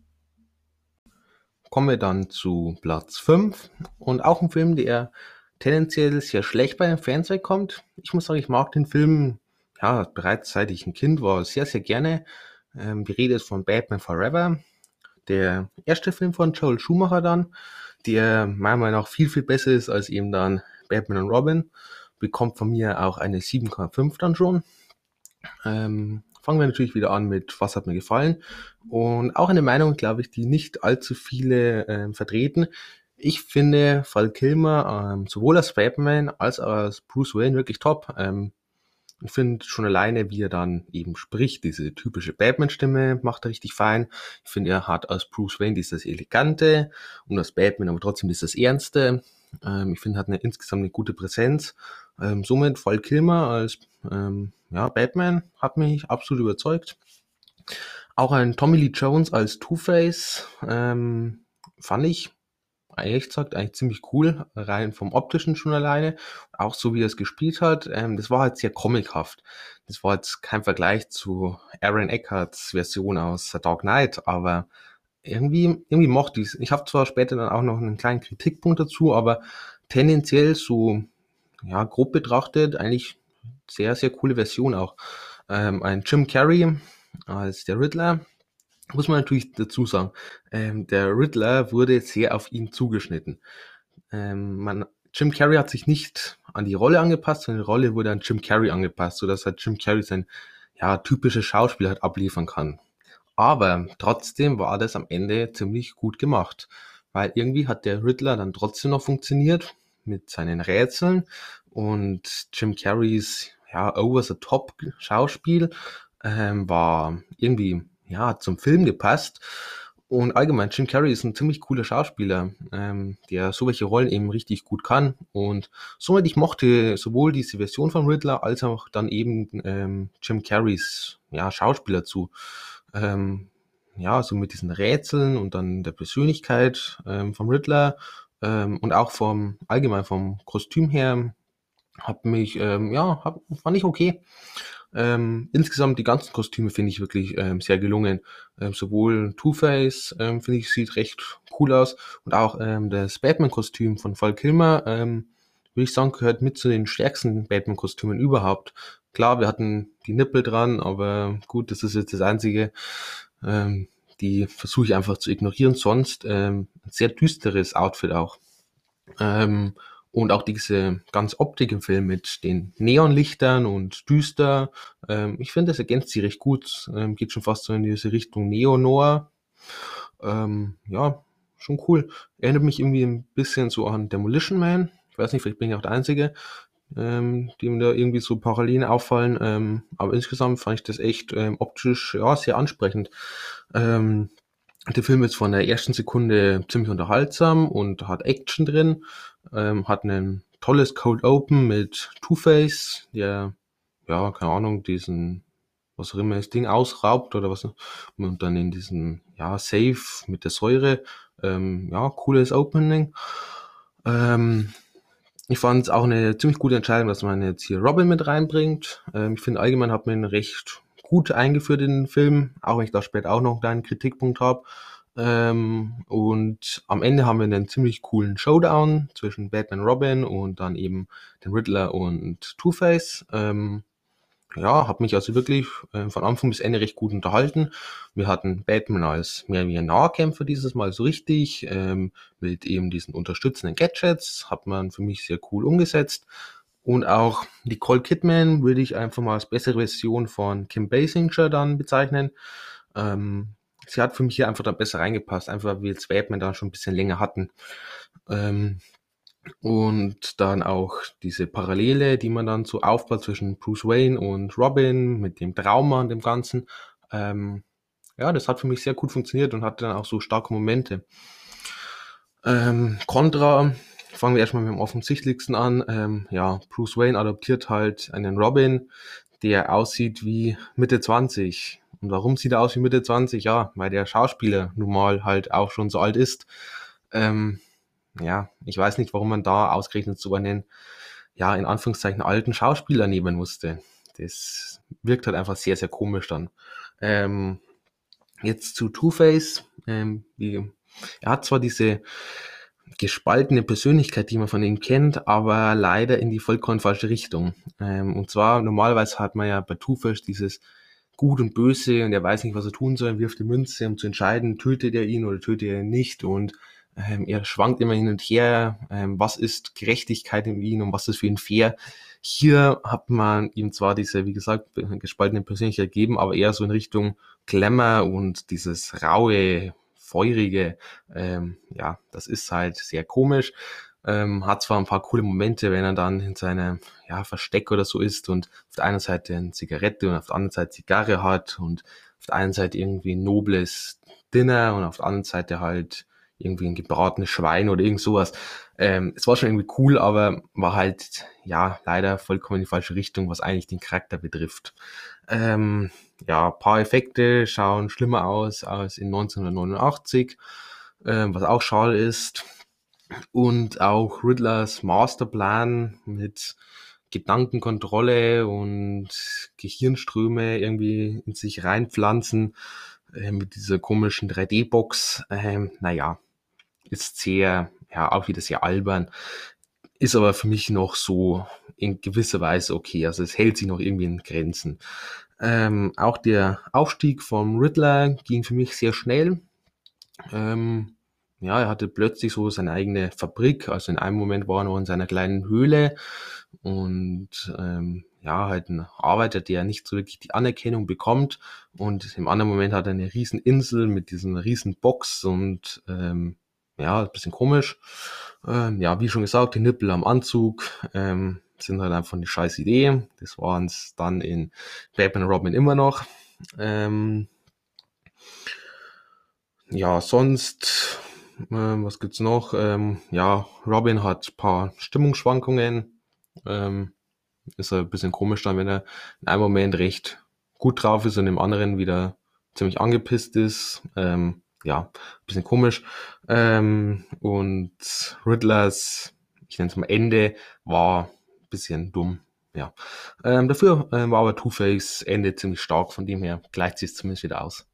Kommen wir dann zu Platz fünf und auch ein Film, der tendenziell sehr schlecht bei den Fans wegkommt. Ich muss sagen, ich mag den Film, ja, bereits seit ich ein Kind war, sehr, sehr gerne. Ähm, die Rede ist von Batman Forever, der erste Film von Joel Schumacher dann, der meiner Meinung nach viel, viel besser ist als eben dann Batman und Robin. Bekommt von mir auch eine sieben Komma fünf dann schon. Ähm, fangen wir natürlich wieder an mit Was hat mir gefallen? Und auch eine Meinung, glaube ich, die nicht allzu viele ähm, vertreten. Ich finde Val Kilmer ähm, sowohl als Batman als auch als Bruce Wayne wirklich top. Ähm, ich finde schon alleine, wie er dann eben spricht, diese typische Batman-Stimme macht er richtig fein. Ich finde, er hat als Bruce Wayne dieses Elegante und als Batman aber trotzdem dieses Ernste. Ähm, ich finde, er hat eine, insgesamt eine gute Präsenz. Ähm, somit Val Kilmer als ähm, ja, Batman hat mich absolut überzeugt. Auch ein Tommy Lee Jones als Two-Face ähm, fand ich ehrlich gesagt eigentlich ziemlich cool, rein vom Optischen schon alleine. Auch so wie er es gespielt hat. Ähm, das war halt sehr comichaft. Das war jetzt kein Vergleich zu Aaron Eckharts Version aus The Dark Knight, aber irgendwie, irgendwie mochte ich es. Ich habe zwar später dann auch noch einen kleinen Kritikpunkt dazu, aber tendenziell so, ja, grob betrachtet, eigentlich sehr, sehr coole Version auch. Ähm, ein Jim Carrey als der Riddler, muss man natürlich dazu sagen, ähm, der Riddler wurde sehr auf ihn zugeschnitten. Ähm, man, Jim Carrey hat sich nicht an die Rolle angepasst, sondern die Rolle wurde an Jim Carrey angepasst, sodass halt Jim Carrey sein ja, typisches Schauspiel halt abliefern kann. Aber trotzdem war das am Ende ziemlich gut gemacht, weil irgendwie hat der Riddler dann trotzdem noch funktioniert mit seinen Rätseln und Jim Carreys ja, over-the-top Schauspiel ähm, war irgendwie ja zum Film gepasst. Und allgemein, Jim Carrey ist ein ziemlich cooler Schauspieler, ähm, der so welche Rollen eben richtig gut kann. Und somit ich mochte sowohl diese Version von Riddler als auch dann eben ähm, Jim Carreys ja, Schauspieler zu. Ähm, ja, so mit diesen Rätseln und dann der Persönlichkeit ähm, vom Riddler ähm, und auch vom allgemein vom Kostüm her hat mich, ähm, ja, hab, fand ich okay. Ähm, insgesamt die ganzen Kostüme finde ich wirklich ähm, sehr gelungen. Ähm, sowohl Two-Face, ähm, finde ich, sieht recht cool aus und auch ähm, das Batman-Kostüm von Val Kilmer, ähm, würde ich sagen, gehört mit zu den stärksten Batman-Kostümen überhaupt. Klar, wir hatten die Nippel dran, aber gut, das ist jetzt das Einzige. Ähm, die versuche ich einfach zu ignorieren. Sonst ähm, ein sehr düsteres Outfit auch. Ähm, und auch diese ganze Optik im Film mit den Neonlichtern und düster. Ähm, ich finde, das ergänzt sie recht gut. Ähm, geht schon fast so in diese Richtung Neo-Noir. Ähm, ja, schon cool. Erinnert mich irgendwie ein bisschen so an Demolition Man. Ich weiß nicht, vielleicht bin ich auch der Einzige, ähm, die mir da irgendwie so Parallelen auffallen. Ähm, aber insgesamt fand ich das echt ähm, optisch ja, sehr ansprechend. Ähm, Der Film ist von der ersten Sekunde ziemlich unterhaltsam und hat Action drin, ähm, hat ein tolles Cold Open mit Two-Face, der, ja, keine Ahnung, diesen, was auch immer das Ding ausraubt oder was, und dann in diesen, ja, Safe mit der Säure, ähm, ja, cooles Opening. Ähm, Ich fand es auch eine ziemlich gute Entscheidung, dass man jetzt hier Robin mit reinbringt. Ähm, ich finde allgemein hat man ihn recht gut eingeführt in den Film, auch wenn ich da später auch noch einen kleinen Kritikpunkt habe. Ähm, und am Ende haben wir einen ziemlich coolen Showdown zwischen Batman und Robin und dann eben den Riddler und Two-Face. Ähm, ja, habe mich also wirklich äh, von Anfang bis Ende recht gut unterhalten. Wir hatten Batman als mehr wie ein Nahkämpfer dieses Mal so richtig, ähm, mit eben diesen unterstützenden Gadgets, hat man für mich sehr cool umgesetzt. Und auch Nicole Kidman würde ich einfach mal als bessere Version von Kim Basinger dann bezeichnen. Ähm, Sie hat für mich hier einfach da besser reingepasst, einfach weil wir jetzt Batman da schon ein bisschen länger hatten. Ähm, und dann auch diese Parallele, die man dann so aufbaut zwischen Bruce Wayne und Robin mit dem Trauma und dem Ganzen. Ähm, ja, das hat für mich sehr gut funktioniert und hatte dann auch so starke Momente. Ähm, Contra, fangen wir erstmal mit dem offensichtlichsten an. Ähm, ja, Bruce Wayne adoptiert halt einen Robin, der aussieht wie Mitte zwanzig. Und warum sieht er aus wie Mitte zwanzig? Ja, weil der Schauspieler nun mal halt auch schon so alt ist. Ähm, ja, ich weiß nicht, warum man da ausgerechnet so einen, ja, in Anführungszeichen alten Schauspieler nehmen musste. Das wirkt halt einfach sehr, sehr komisch dann. Ähm, Jetzt zu Two-Face. Ähm, wie, er hat zwar diese gespaltene Persönlichkeit, die man von ihm kennt, aber leider in die vollkommen falsche Richtung. Ähm, und zwar, normalerweise hat man ja bei Two-Face dieses Gut und Böse und er weiß nicht, was er tun soll, wirft die Münze, um zu entscheiden, tötet er ihn oder tötet er ihn nicht und ähm, er schwankt immer hin und her, ähm, was ist Gerechtigkeit in ihm und was ist für ihn fair. Hier hat man ihm zwar diese, wie gesagt, gespaltene Persönlichkeit gegeben, aber eher so in Richtung Glamour und dieses raue, Feurige, ähm, ja, das ist halt sehr komisch. Ähm, hat zwar ein paar coole Momente, wenn er dann in seinem ja, Versteck oder so ist und auf der einen Seite eine Zigarette und auf der anderen Seite Zigarre hat und auf der einen Seite irgendwie ein nobles Dinner und auf der anderen Seite halt irgendwie ein gebratenes Schwein oder irgend sowas. Ähm, es war schon irgendwie cool, aber war halt, ja, leider vollkommen in die falsche Richtung, was eigentlich den Charakter betrifft. Ähm, ja, paar Effekte schauen schlimmer aus als in neunzehnhundertneunundachtzig, ähm, was auch schade ist. Und auch Riddlers Masterplan mit Gedankenkontrolle und Gehirnströme irgendwie in sich reinpflanzen, äh, mit dieser komischen drei D-Box, ähm, naja, ist sehr, ja, auch wieder sehr albern, ist aber für mich noch so in gewisser Weise okay, also es hält sich noch irgendwie in Grenzen. Ähm, auch der Aufstieg vom Riddler ging für mich sehr schnell. Ähm, ja, er hatte plötzlich so seine eigene Fabrik. Also in einem Moment war er noch in seiner kleinen Höhle und ähm, ja, halt ein Arbeiter, der nicht so wirklich die Anerkennung bekommt. Und im anderen Moment hat er eine riesen Insel mit diesen riesen Box und ähm, ja, ein bisschen komisch. Ähm, ja, wie schon gesagt, die Nippel am Anzug ähm, sind halt einfach eine scheiß Idee. Das waren es dann in Batman und Robin immer noch. Ähm, ja, sonst, ähm, was gibt's noch? Ähm, ja, Robin hat paar Stimmungsschwankungen. Ähm, ist ein bisschen komisch dann, wenn er in einem Moment recht gut drauf ist und im anderen wieder ziemlich angepisst ist. Ähm, ja, bisschen komisch. Ähm, und Riddlers, ich nenne es mal Ende, war ein bisschen dumm. Ja. Ähm, dafür ähm, war aber Two-Face Ende ziemlich stark, von dem her gleicht sich zumindest wieder aus.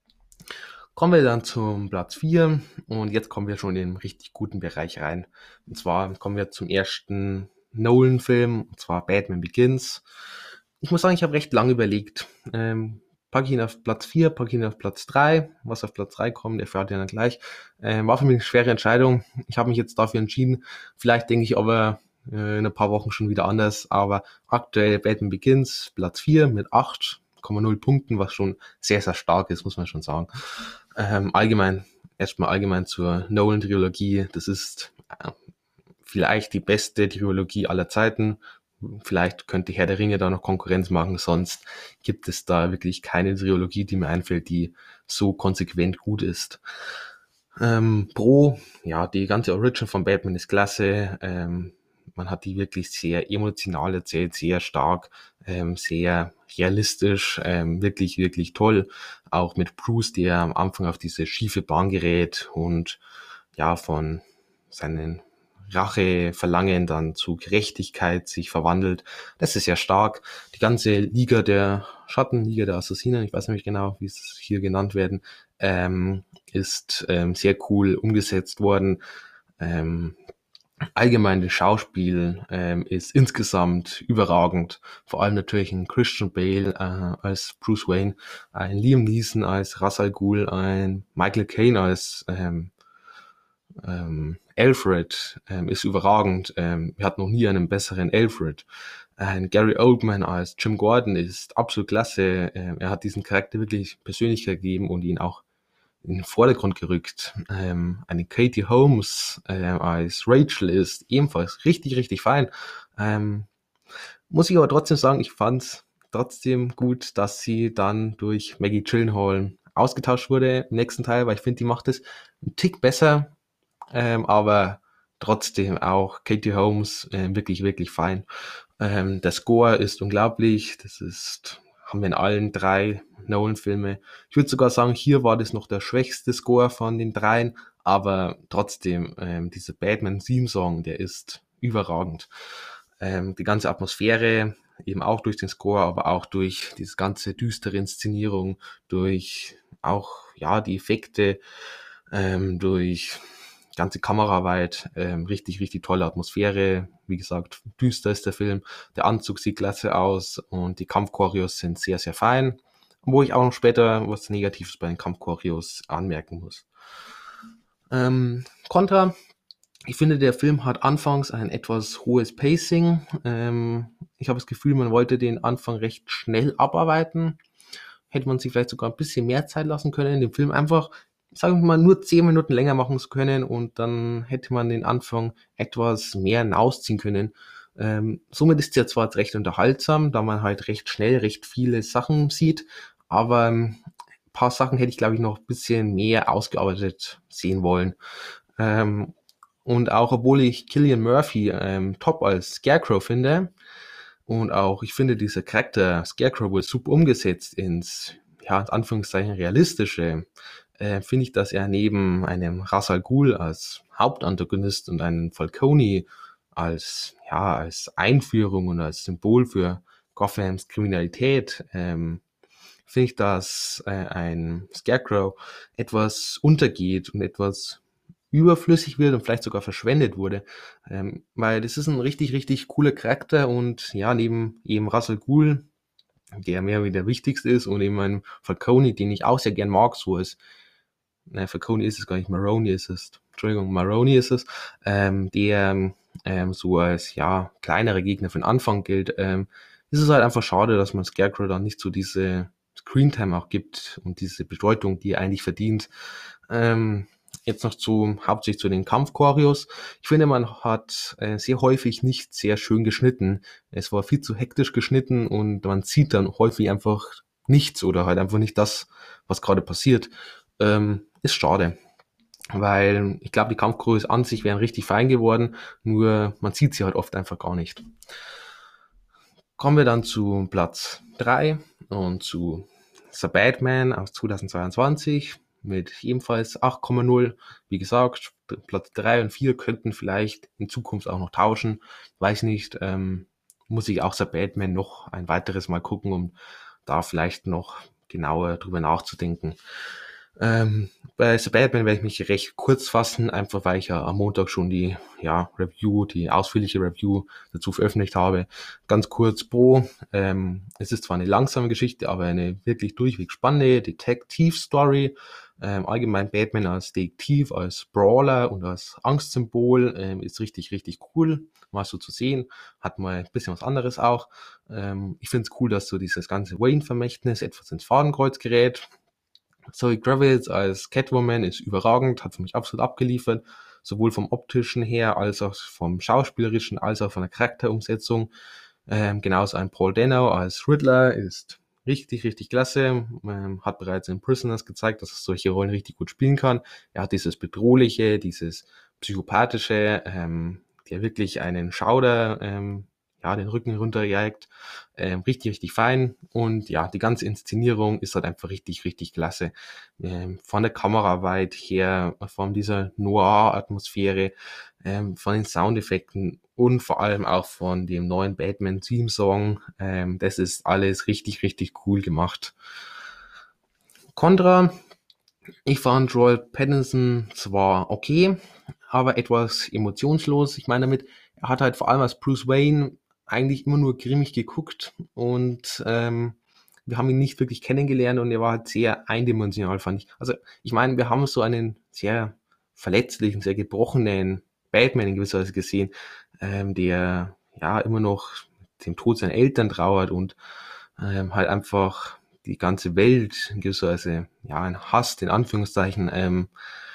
Kommen wir dann zum Platz vier und jetzt kommen wir schon in den richtig guten Bereich rein. Und zwar kommen wir zum ersten Nolan-Film, und zwar Batman Begins. Ich muss sagen, ich habe recht lange überlegt. Ähm, packe ich ihn auf Platz vier, packe ich ihn auf Platz drei. Was auf Platz drei kommt, erfahrt ihr dann gleich. Ähm, war für mich eine schwere Entscheidung. Ich habe mich jetzt dafür entschieden. Vielleicht denke ich aber äh, in ein paar Wochen schon wieder anders. Aber aktuell Batman Begins, Platz vier mit acht Komma null Punkten, was schon sehr, sehr stark ist, muss man schon sagen. Ähm, allgemein, erstmal allgemein zur Nolan-Trilogie. Das ist äh, vielleicht die beste Trilogie aller Zeiten. Vielleicht könnte Herr der Ringe da noch Konkurrenz machen, sonst gibt es da wirklich keine Trilogie, die mir einfällt, die so konsequent gut ist. Ähm, Pro, ja, die ganze Origin von Batman ist klasse. Ähm, man hat die wirklich sehr emotional erzählt, sehr stark, ähm, sehr realistisch, ähm, wirklich, wirklich toll. Auch mit Bruce, der am Anfang auf diese schiefe Bahn gerät und ja, von seinen Racheverlangen dann zu Gerechtigkeit sich verwandelt. Das ist ja stark. Die ganze Liga der Schatten, Liga der Assassinen, ich weiß nicht genau, wie es hier genannt werden, ähm, ist ähm, sehr cool umgesetzt worden. Ähm, allgemein das Schauspiel ähm, ist insgesamt überragend. Vor allem natürlich ein Christian Bale äh, als Bruce Wayne, ein Liam Neeson als Ra's al Ghul, ein Michael Caine als ähm, ähm, Alfred ähm, ist überragend. Ähm, wir hatten noch nie einen besseren Alfred. Ein Gary Oldman als Jim Gordon ist absolut klasse. Ähm, er hat diesen Charakter wirklich Persönlichkeit gegeben und ihn auch in den Vordergrund gerückt. Ähm, eine Katie Holmes äh, als Rachel ist ebenfalls richtig, richtig fein. Ähm, muss ich aber trotzdem sagen, ich fand es trotzdem gut, dass sie dann durch Maggie Gyllenhaal ausgetauscht wurde im nächsten Teil, weil ich finde, die macht es einen Tick besser, ähm, aber trotzdem auch Katie Holmes äh, wirklich, wirklich fein. Ähm, der Score ist unglaublich. Das ist, haben wir in allen drei Nolan-Filme. Ich würde sogar sagen, hier war das noch der schwächste Score von den dreien, aber trotzdem, ähm, dieser Batman-Theme-Song, der ist überragend. Ähm, die ganze Atmosphäre, eben auch durch den Score, aber auch durch diese ganze düstere Inszenierung, durch auch, ja, die Effekte, ähm, durch ganze Kameraarbeit, ähm, richtig, richtig tolle Atmosphäre. Wie gesagt, düster ist der Film. Der Anzug sieht klasse aus und die Kampfchoreos sind sehr, sehr fein. Wo ich auch noch später was Negatives bei den Kampfchoreos anmerken muss. Ähm, Contra. Ich finde, der Film hat anfangs ein etwas hohes Pacing. Ähm, ich habe das Gefühl, man wollte den Anfang recht schnell abarbeiten. Hätte man sich vielleicht sogar ein bisschen mehr Zeit lassen können, den Film einfach sagen wir mal, nur zehn Minuten länger machen können und dann hätte man den Anfang etwas mehr hinausziehen können. Ähm, somit ist der zwar jetzt recht unterhaltsam, da man halt recht schnell recht viele Sachen sieht, aber ähm, ein paar Sachen hätte ich, glaube ich, noch ein bisschen mehr ausgearbeitet sehen wollen. Ähm, und auch obwohl ich Cillian Murphy ähm, top als Scarecrow finde und auch ich finde dieser Charakter Scarecrow wohl super umgesetzt ins, ja, in Anführungszeichen realistische, äh, finde ich, dass er neben einem Ra's al Ghul als Hauptantagonist und einen Falcone als, ja, als Einführung und als Symbol für Gothams Kriminalität, ähm, finde ich, dass äh, ein Scarecrow etwas untergeht und etwas überflüssig wird und vielleicht sogar verschwendet wurde. Ähm, weil das ist ein richtig, richtig cooler Charakter und ja, neben eben Ra's al Ghul, der mehr wie der wichtigste ist, und eben einem Falcone, den ich auch sehr gern mag, so als, ne, Falcone ist es gar nicht, Maroni ist es, Entschuldigung, Maroni ist es, ähm, der ähm, so als, ja, kleinere Gegner für den Anfang gilt, ähm, ist es halt einfach schade, dass man Scarecrow dann nicht so diese Screentime auch gibt und diese Bedeutung, die er eigentlich verdient. Ähm, Jetzt noch zu, hauptsächlich zu den Kampfchoreos. Ich finde, man hat äh, sehr häufig nicht sehr schön geschnitten. Es war viel zu hektisch geschnitten und man sieht dann häufig einfach nichts oder halt einfach nicht das, was gerade passiert. Ähm, ist schade, weil ich glaube, die Kampfchoreos an sich wären richtig fein geworden, nur man sieht sie halt oft einfach gar nicht. Kommen wir dann zu Platz drei und zu The Batman aus zweitausendzweiundzwanzig mit ebenfalls acht Komma null. Wie gesagt, Platz drei und vier könnten vielleicht in Zukunft auch noch tauschen. Weiß nicht, ähm, muss ich auch The Batman noch ein weiteres Mal gucken, um da vielleicht noch genauer drüber nachzudenken. Ähm, bei The Batman werde ich mich recht kurz fassen, einfach weil ich ja am Montag schon die, ja, Review, die ausführliche Review dazu veröffentlicht habe. Ganz kurz, Bo, ähm, es ist zwar eine langsame Geschichte, aber eine wirklich durchweg spannende Detektiv-Story. Ähm, allgemein Batman als Detektiv, als Brawler und als Angstsymbol ähm, ist richtig, richtig cool, mal so zu sehen. Hat mal ein bisschen was anderes auch. Ähm, ich finde es cool, dass so dieses ganze Wayne-Vermächtnis etwas ins Fadenkreuz gerät. Zoe Kravitz als Catwoman ist überragend, hat für mich absolut abgeliefert, sowohl vom optischen her, als auch vom schauspielerischen, als auch von der Charakterumsetzung. Ähm, genauso ein Paul Dano als Riddler ist richtig, richtig klasse. Ähm, hat bereits in Prisoners gezeigt, dass er solche Rollen richtig gut spielen kann. Er hat dieses Bedrohliche, dieses Psychopathische, ähm, der wirklich einen Schauder, ähm, ja, den Rücken runterjagt. Ähm, richtig, richtig fein. Und ja, die ganze Inszenierung ist halt einfach richtig, richtig klasse. Ähm, von der Kameraarbeit her, von dieser Noir-Atmosphäre, ähm, von den Soundeffekten und vor allem auch von dem neuen Batman-Theme-Song. Ähm, das ist alles richtig, richtig cool gemacht. Contra, ich fand Robert Pattinson zwar okay, aber etwas emotionslos. Ich meine damit, er hat halt vor allem als Bruce Wayne eigentlich immer nur grimmig geguckt und ähm, wir haben ihn nicht wirklich kennengelernt und er war halt sehr eindimensional, fand ich. Also ich meine, wir haben so einen sehr verletzlichen, sehr gebrochenen Batman in gewisser Weise gesehen, ähm, der ja immer noch dem Tod seiner Eltern trauert und ähm, halt einfach die ganze Welt in gewisser Weise, ja, ein Hass, in Anführungszeichen. Ähm,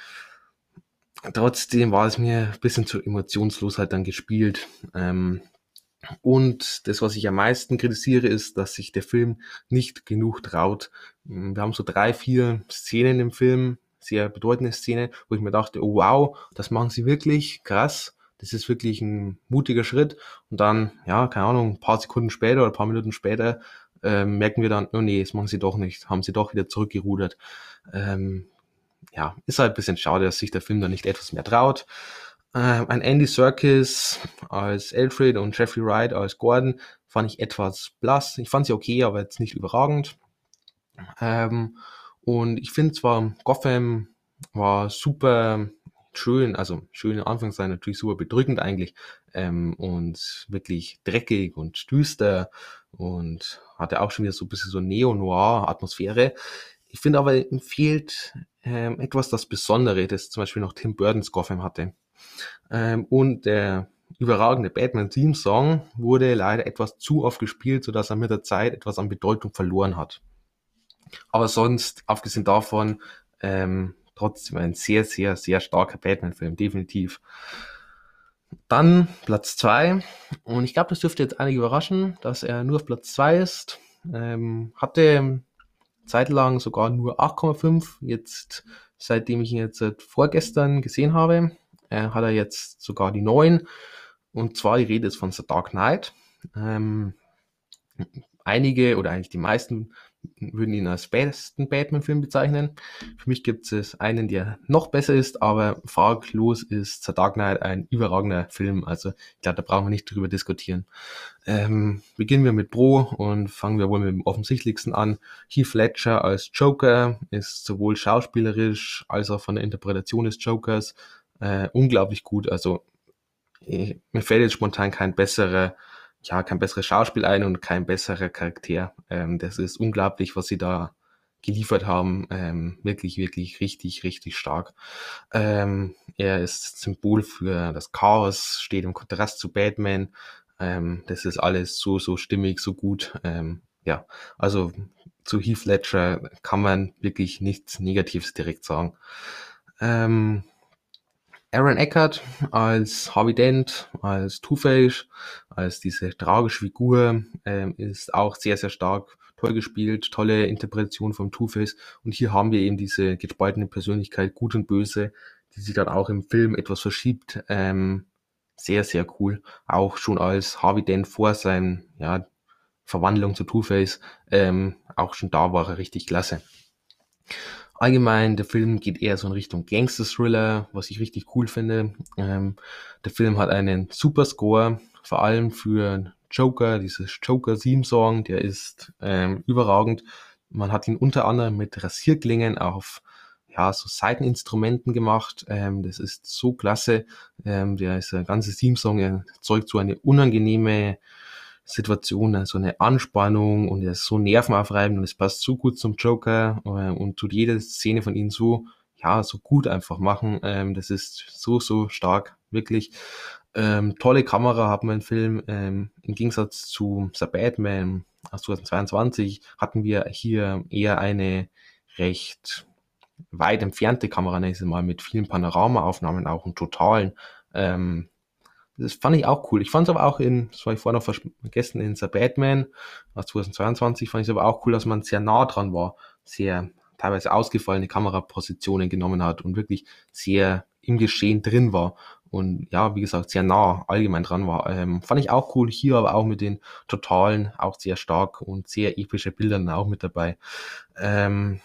trotzdem war es mir ein bisschen zu emotionslos halt dann gespielt. Ähm, und das, was ich am meisten kritisiere, ist, dass sich der Film nicht genug traut. Wir haben so drei, vier Szenen im Film, sehr bedeutende Szenen, wo ich mir dachte, oh wow, das machen sie wirklich krass. Das ist wirklich ein mutiger Schritt. Und dann, ja, keine Ahnung, ein paar Sekunden später oder ein paar Minuten später ähm, merken wir dann, oh nee, das machen sie doch nicht, haben sie doch wieder zurückgerudert. Ähm, ja, ist halt ein bisschen schade, dass sich der Film da nicht etwas mehr traut. Ähm, ein Andy Serkis als Alfred und Jeffrey Wright als Gordon fand ich etwas blass. Ich fand sie okay, aber jetzt nicht überragend. Ähm, und ich finde zwar, Gotham war super schön, also schön in Anführungszeichen, natürlich super bedrückend eigentlich, ähm, und wirklich dreckig und düster und hatte auch schon wieder so ein bisschen so Neo-Noir-Atmosphäre. Ich finde aber, ihm fehlt ähm, etwas das Besondere, das zum Beispiel noch Tim Burtons Gotham hatte. Ähm, und der überragende Batman-Theme-Song wurde leider etwas zu oft gespielt, sodass er mit der Zeit etwas an Bedeutung verloren hat. Aber sonst, abgesehen davon, ähm, trotzdem ein sehr, sehr, sehr starker Batman-Film, definitiv. Dann Platz zwei, und ich glaube, das dürfte jetzt einige überraschen, dass er nur auf Platz zwei ist. Ähm, hatte zeitlang sogar nur acht Komma fünf. Jetzt, seitdem ich ihn jetzt seit vorgestern gesehen habe, äh, hat er jetzt sogar die neun. Und zwar die Rede ist von The Dark Knight. Ähm, einige oder eigentlich die meisten würden ihn als besten Batman-Film bezeichnen. Für mich gibt es einen, der noch besser ist, aber fraglos ist The Dark Knight ein überragender Film. Also ich glaube, da brauchen wir nicht drüber diskutieren. Ähm, beginnen wir mit Bro und fangen wir wohl mit dem offensichtlichsten an. Heath Ledger als Joker ist sowohl schauspielerisch als auch von der Interpretation des Jokers äh, unglaublich gut. Also ich, mir fällt jetzt spontan kein besserer, ja, kein besseres Schauspiel ein und kein besserer Charakter. Ähm, das ist unglaublich, was sie da geliefert haben. Ähm, wirklich, wirklich richtig, richtig stark. Ähm, er ist Symbol für das Chaos, steht im Kontrast zu Batman. Ähm, das ist alles so, so stimmig, so gut. Ähm, ja, also zu Heath Ledger kann man wirklich nichts Negatives direkt sagen. Ähm, Aaron Eckhart als Harvey Dent, als Two-Face, als diese tragische Figur, ähm, ist auch sehr, sehr stark, toll gespielt, tolle Interpretation vom Two-Face. Und hier haben wir eben diese gespaltene Persönlichkeit, gut und böse, die sich dann auch im Film etwas verschiebt. Ähm, sehr, sehr cool. Auch schon als Harvey Dent vor seinem, ja, Verwandlung zu Two-Face, ähm, auch schon da war er richtig klasse. Allgemein, der Film geht eher so in Richtung Gangster-Thriller, was ich richtig cool finde. Ähm, der Film hat einen super Score, vor allem für Joker, dieses Joker-Theme-Song, der ist ähm, überragend. Man hat ihn unter anderem mit Rasierklingen auf ja, so Saiteninstrumenten gemacht. Ähm, das ist so klasse. Ähm, der ist ein ganzes Theme-Song, er erzeugt so eine unangenehme Situation, so eine Anspannung, und er ist so nervenaufreibend und es passt so gut zum Joker äh, und tut jede Szene von ihm so, ja, so gut einfach machen. Ähm, das ist so, so stark, wirklich. Ähm, tolle Kamera hat man im Film. Ähm, im Gegensatz zu The Batman aus zweitausendzweiundzwanzig hatten wir hier eher eine recht weit entfernte Kamera, nenne ich es mal, mit vielen Panoramaaufnahmen auch und totalen. Ähm, das fand ich auch cool. Ich fand es aber auch in, das war ich vorher noch vergessen, in The Batman aus zweitausendzweiundzwanzig fand ich es aber auch cool, dass man sehr nah dran war, sehr teilweise ausgefallene Kamerapositionen genommen hat und wirklich sehr im Geschehen drin war. Und ja, wie gesagt, sehr nah allgemein dran war. Ähm, fand ich auch cool. Hier aber auch mit den Totalen auch sehr stark und sehr epische Bildern auch mit dabei. Ähm,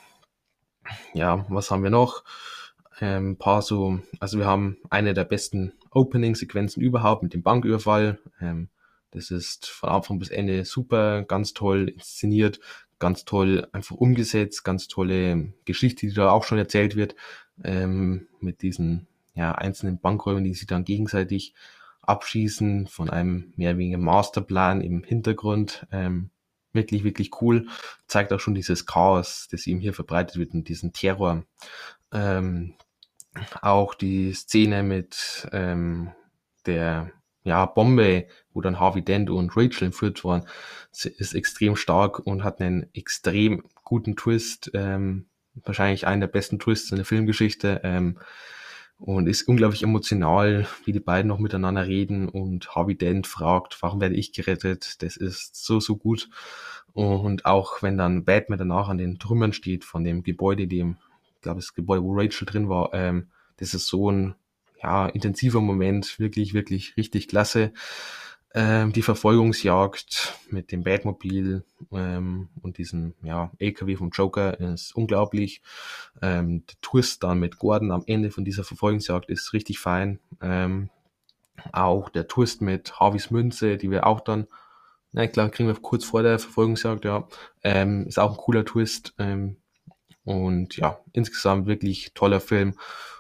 ja, was haben wir noch? Ähm, ein paar so, also wir haben eine der besten Opening-Sequenzen überhaupt mit dem Banküberfall. Ähm, das ist von Anfang bis Ende super, ganz toll inszeniert, ganz toll einfach umgesetzt, ganz tolle Geschichte, die da auch schon erzählt wird, ähm, mit diesen ja, einzelnen Bankräubern, die sich dann gegenseitig abschießen, von einem mehr oder weniger Masterplan im Hintergrund. Ähm, wirklich, wirklich cool. Zeigt auch schon dieses Chaos, das ihm hier verbreitet wird und diesen Terror. Ähm, auch die Szene mit ähm, der ja, Bombe, wo dann Harvey Dent und Rachel entführt waren, ist extrem stark und hat einen extrem guten Twist. Ähm, wahrscheinlich einen der besten Twists in der Filmgeschichte. Ähm, und ist unglaublich emotional, wie die beiden noch miteinander reden und Harvey Dent fragt, warum werde ich gerettet? Das ist so, so gut. Und auch wenn dann Batman danach an den Trümmern steht von dem Gebäude, dem, ich glaube, das Gebäude, wo Rachel drin war, ähm, das ist so ein ja, intensiver Moment, wirklich, wirklich richtig klasse. Ähm, die Verfolgungsjagd mit dem Batmobil ähm, und diesem ja, L K W vom Joker ist unglaublich. Ähm, der Twist dann mit Gordon am Ende von dieser Verfolgungsjagd ist richtig fein. Ähm, auch der Twist mit Harveys Münze, die wir auch dann, na klar, kriegen wir kurz vor der Verfolgungsjagd, ja, ähm, ist auch ein cooler Twist. Ähm, und ja, insgesamt wirklich toller Film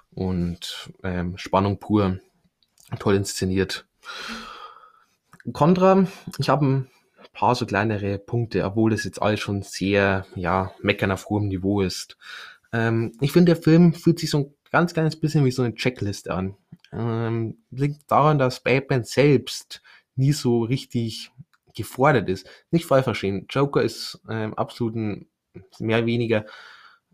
und ähm, Spannung pur, toll inszeniert. Contra, ich habe ein paar so kleinere Punkte, obwohl das jetzt alles schon sehr, ja, meckern auf hohem Niveau ist. Ähm, ich finde, der Film fühlt sich so ein ganz kleines bisschen wie so eine Checkliste an. Ähm, liegt daran, dass Batman selbst nie so richtig gefordert ist. Nicht falsch verstehen. Joker ist ähm, absolut ein, mehr oder weniger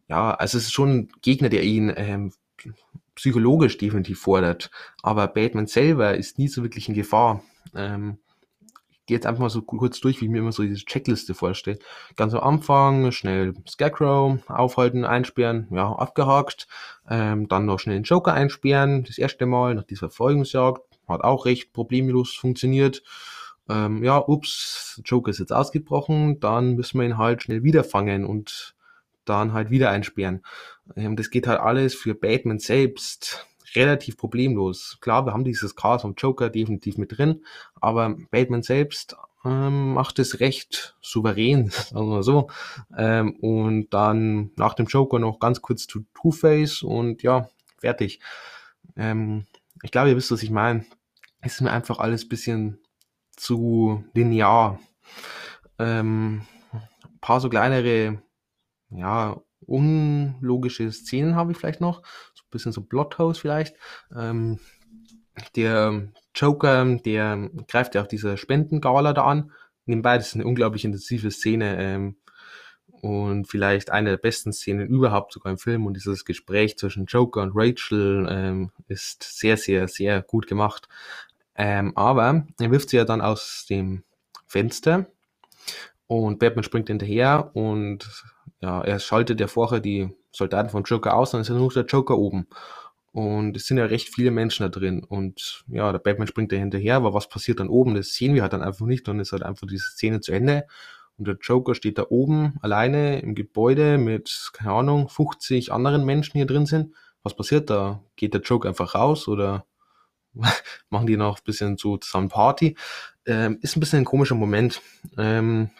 ja, also es ist schon ein Gegner, der ihn ähm, psychologisch definitiv fordert. Aber Batman selber ist nie so wirklich in Gefahr. Ähm, ich gehe jetzt einfach mal so kurz durch, wie ich mir immer so diese Checkliste vorstelle. Ganz am Anfang schnell Scarecrow aufhalten, einsperren, ja, abgehakt. Ähm, dann noch schnell den Joker einsperren, das erste Mal nach dieser Verfolgungsjagd. Hat auch recht problemlos funktioniert. Ähm, ja, ups, Joker ist jetzt ausgebrochen, dann müssen wir ihn halt schnell wieder fangen und dann halt wieder einsperren. Ähm, das geht halt alles für Batman selbst relativ problemlos. Klar, wir haben dieses Chaos vom Joker definitiv mit drin, aber Batman selbst ähm, macht es recht souverän, sagen wir mal so. Ähm, und dann nach dem Joker noch ganz kurz zu Two-Face und ja, fertig. Ähm, ich glaube, ihr wisst, was ich meine. Es ist mir einfach alles ein bisschen zu linear. Ähm, ein paar so kleinere, ja, unlogische Szenen habe ich vielleicht noch. So ein bisschen so Plotholes vielleicht. Ähm, der Joker, der greift ja auf diese Spendengala da an. Nebenbei, das ist eine unglaublich intensive Szene. Ähm, und vielleicht eine der besten Szenen überhaupt sogar im Film. Und dieses Gespräch zwischen Joker und Rachel ähm, ist sehr, sehr, sehr gut gemacht. Ähm, aber er wirft sie ja dann aus dem Fenster und Batman springt hinterher und ja, er schaltet ja vorher die Soldaten von Joker aus, dann ist ja nur noch der Joker oben. Und es sind ja recht viele Menschen da drin. Und ja, der Batman springt da hinterher, aber was passiert dann oben, das sehen wir halt dann einfach nicht. Dann ist halt einfach diese Szene zu Ende. Und der Joker steht da oben alleine im Gebäude mit, keine Ahnung, fünfzig anderen Menschen hier drin sind. Was passiert da? Geht der Joker einfach raus oder machen die noch ein bisschen so zusammen Party? Ähm, ist ein bisschen ein komischer Moment. Ähm,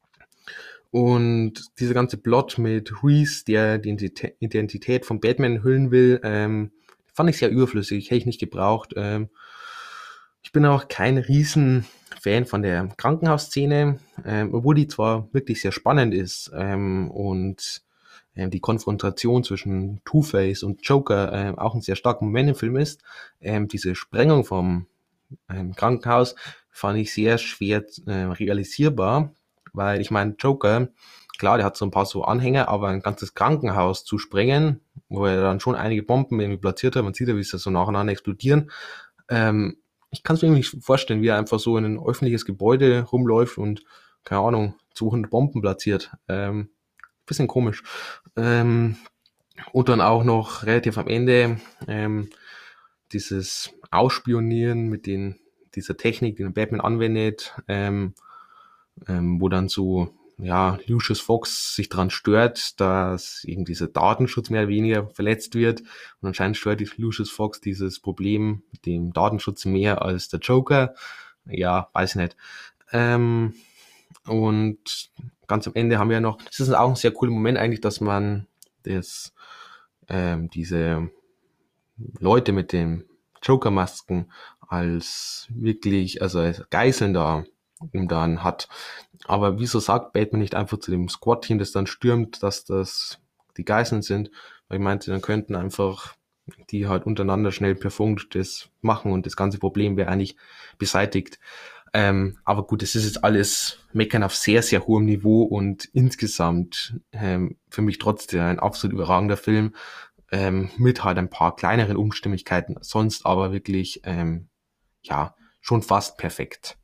und dieser ganze Plot mit Reese, der die Identität von Batman enthüllen will, ähm, fand ich sehr überflüssig, hätte ich nicht gebraucht. Ähm, ich bin auch kein riesen Fan von der Krankenhausszene, ähm, obwohl die zwar wirklich sehr spannend ist ähm, und ähm, die Konfrontation zwischen Two-Face und Joker ähm, auch ein sehr starker Moment im Film ist. Ähm, diese Sprengung vom ähm, Krankenhaus fand ich sehr schwer äh, realisierbar, weil ich meine, Joker, klar, der hat so ein paar so Anhänger, aber ein ganzes Krankenhaus zu sprengen, wo er dann schon einige Bomben irgendwie platziert hat, man sieht ja, wie sie so nacheinander explodieren. Ähm, ich kann es mir nicht vorstellen, wie er einfach so in ein öffentliches Gebäude rumläuft und, keine Ahnung, zweihundert Bomben platziert. Ähm, bisschen komisch. Ähm, und dann auch noch relativ am Ende ähm, dieses Ausspionieren mit den, dieser Technik, die der Batman anwendet, ähm, ähm, wo dann so, ja, Lucius Fox sich dran stört, dass eben dieser Datenschutz mehr oder weniger verletzt wird. Und anscheinend stört die Lucius Fox dieses Problem mit dem Datenschutz mehr als der Joker. Ja, weiß nicht. Ähm, und ganz am Ende haben wir noch, das ist auch ein sehr cooler Moment eigentlich, dass man das, ähm, diese Leute mit den Joker-Masken als wirklich, also als Geiseln da um dann hat. Aber wieso sagt Batman nicht einfach zu dem Squad-Team, das dann stürmt, dass das die Geiseln sind? Weil ich meinte, dann könnten einfach die halt untereinander schnell per Funk das machen und das ganze Problem wäre eigentlich beseitigt. Ähm, aber gut, es ist jetzt alles Meckern auf sehr, sehr hohem Niveau und insgesamt ähm, für mich trotzdem ein absolut überragender Film ähm, mit halt ein paar kleineren Unstimmigkeiten, sonst aber wirklich, ähm, ja, schon fast perfekt.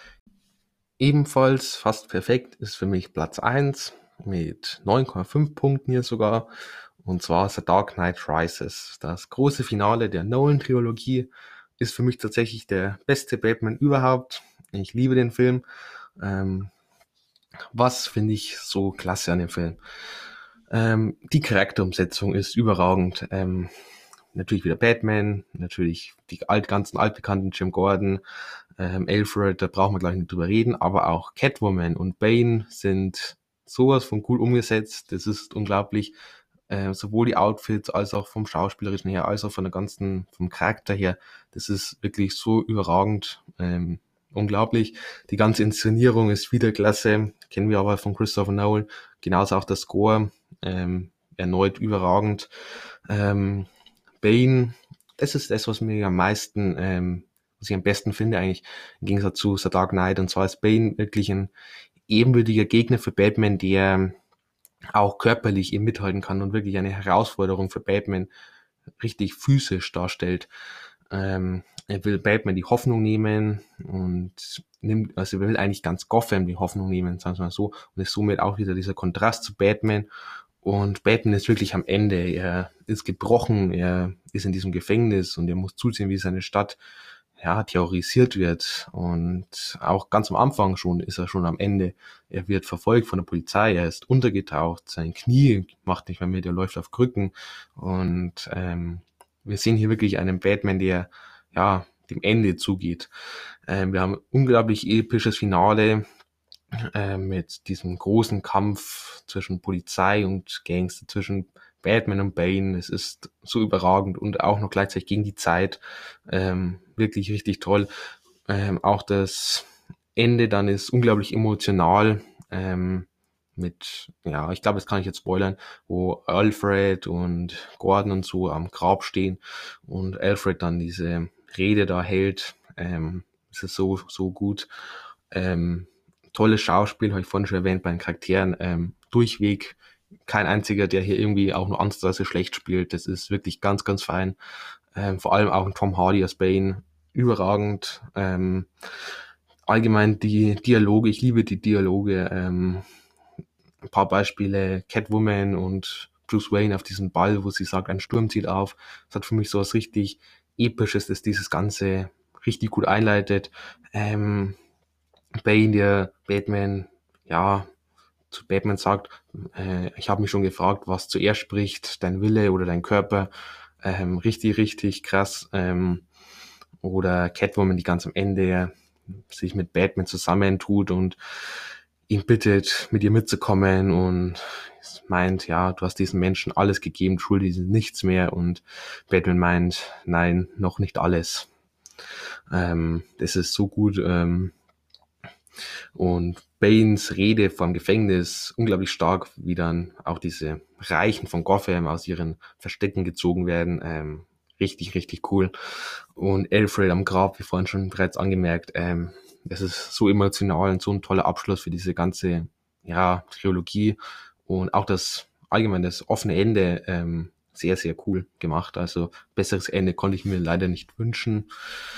Ebenfalls fast perfekt ist für mich Platz eins mit neun Komma fünf Punkten hier sogar. Und zwar The Dark Knight Rises. Das große Finale der Nolan-Trilogie ist für mich tatsächlich der beste Batman überhaupt. Ich liebe den Film. Ähm, was finde ich so klasse an dem Film? Ähm, die Charakterumsetzung ist überragend. Ähm, natürlich wieder Batman, natürlich die alt, ganzen altbekannten Jim Gordon, ähm, Alfred, da brauchen wir gleich nicht drüber reden, aber auch Catwoman und Bane sind sowas von cool umgesetzt. Das ist unglaublich. Äh, sowohl die Outfits als auch vom Schauspielerischen her, als auch von der ganzen, vom Charakter her. Das ist wirklich so überragend. Ähm, unglaublich. Die ganze Inszenierung ist wieder klasse. Kennen wir aber von Christopher Nolan. Genauso auch der Score. Ähm, erneut überragend. Ähm, Bane, das ist das, was mir am meisten, ähm, was ich am besten finde eigentlich, im Gegensatz zu The Dark Knight. Und zwar ist Bane wirklich ein ebenbürtiger Gegner für Batman, der auch körperlich eben mithalten kann und wirklich eine Herausforderung für Batman richtig physisch darstellt. Ähm, er will Batman die Hoffnung nehmen und nimmt, also er will eigentlich ganz Gotham die Hoffnung nehmen, sagen wir mal so, und ist somit auch wieder dieser Kontrast zu Batman. Und Batman ist wirklich am Ende. Er ist gebrochen, er ist in diesem Gefängnis und er muss zusehen, wie seine Stadt ja, terrorisiert wird. Und auch ganz am Anfang schon ist er schon am Ende. Er wird verfolgt von der Polizei, er ist untergetaucht, sein Knie macht nicht mehr mit, er läuft auf Krücken. Und ähm, wir sehen hier wirklich einen Batman, der ja dem Ende zugeht. Ähm, wir haben ein unglaublich episches Finale äh, mit diesem großen Kampf zwischen Polizei und Gangster, zwischen Batman und Bane. Es ist so überragend und auch noch gleichzeitig gegen die Zeit. Ähm, wirklich richtig toll. Ähm, auch das Ende dann ist unglaublich emotional. Ähm, mit, ja, ich glaube, das kann ich jetzt spoilern, wo Alfred und Gordon und so am Grab stehen und Alfred dann diese Rede da hält. Ähm, es ist so, so gut. Ähm, Tolles Schauspiel, habe ich vorhin schon erwähnt, bei den Charakteren. Ähm, durchweg kein einziger, der hier irgendwie auch nur ansatzweise schlecht spielt. Das ist wirklich ganz, ganz fein. Ähm, vor allem auch ein Tom Hardy als Bane. Überragend. Ähm, allgemein die Dialoge, ich liebe die Dialoge. Ähm, ein paar Beispiele, Catwoman und Bruce Wayne auf diesem Ball, wo sie sagt, ein Sturm zieht auf. Das hat für mich so was richtig Episches, das dieses Ganze richtig gut einleitet. Ähm, Bane, der Batman, ja, zu Batman sagt, äh, ich habe mich schon gefragt, was zuerst spricht, dein Wille oder dein Körper. Ähm, richtig, richtig krass. Ähm, oder Catwoman, die ganz am Ende sich mit Batman zusammentut und ihn bittet, mit ihr mitzukommen und meint, ja, du hast diesen Menschen alles gegeben, schuldig sind nichts mehr. Und Batman meint, nein, noch nicht alles. Ähm, das ist so gut. Ähm, und Banes Rede vom Gefängnis unglaublich stark, wie dann auch diese Reichen von Gotham aus ihren Verstecken gezogen werden. Ähm, richtig, richtig cool. Und Alfred am Grab, wie vorhin schon bereits angemerkt, ähm, das ist so emotional und so ein toller Abschluss für diese ganze ja, Trilogie. Und auch das allgemein das offene Ende ähm, sehr, sehr cool gemacht. Also besseres Ende konnte ich mir leider nicht wünschen.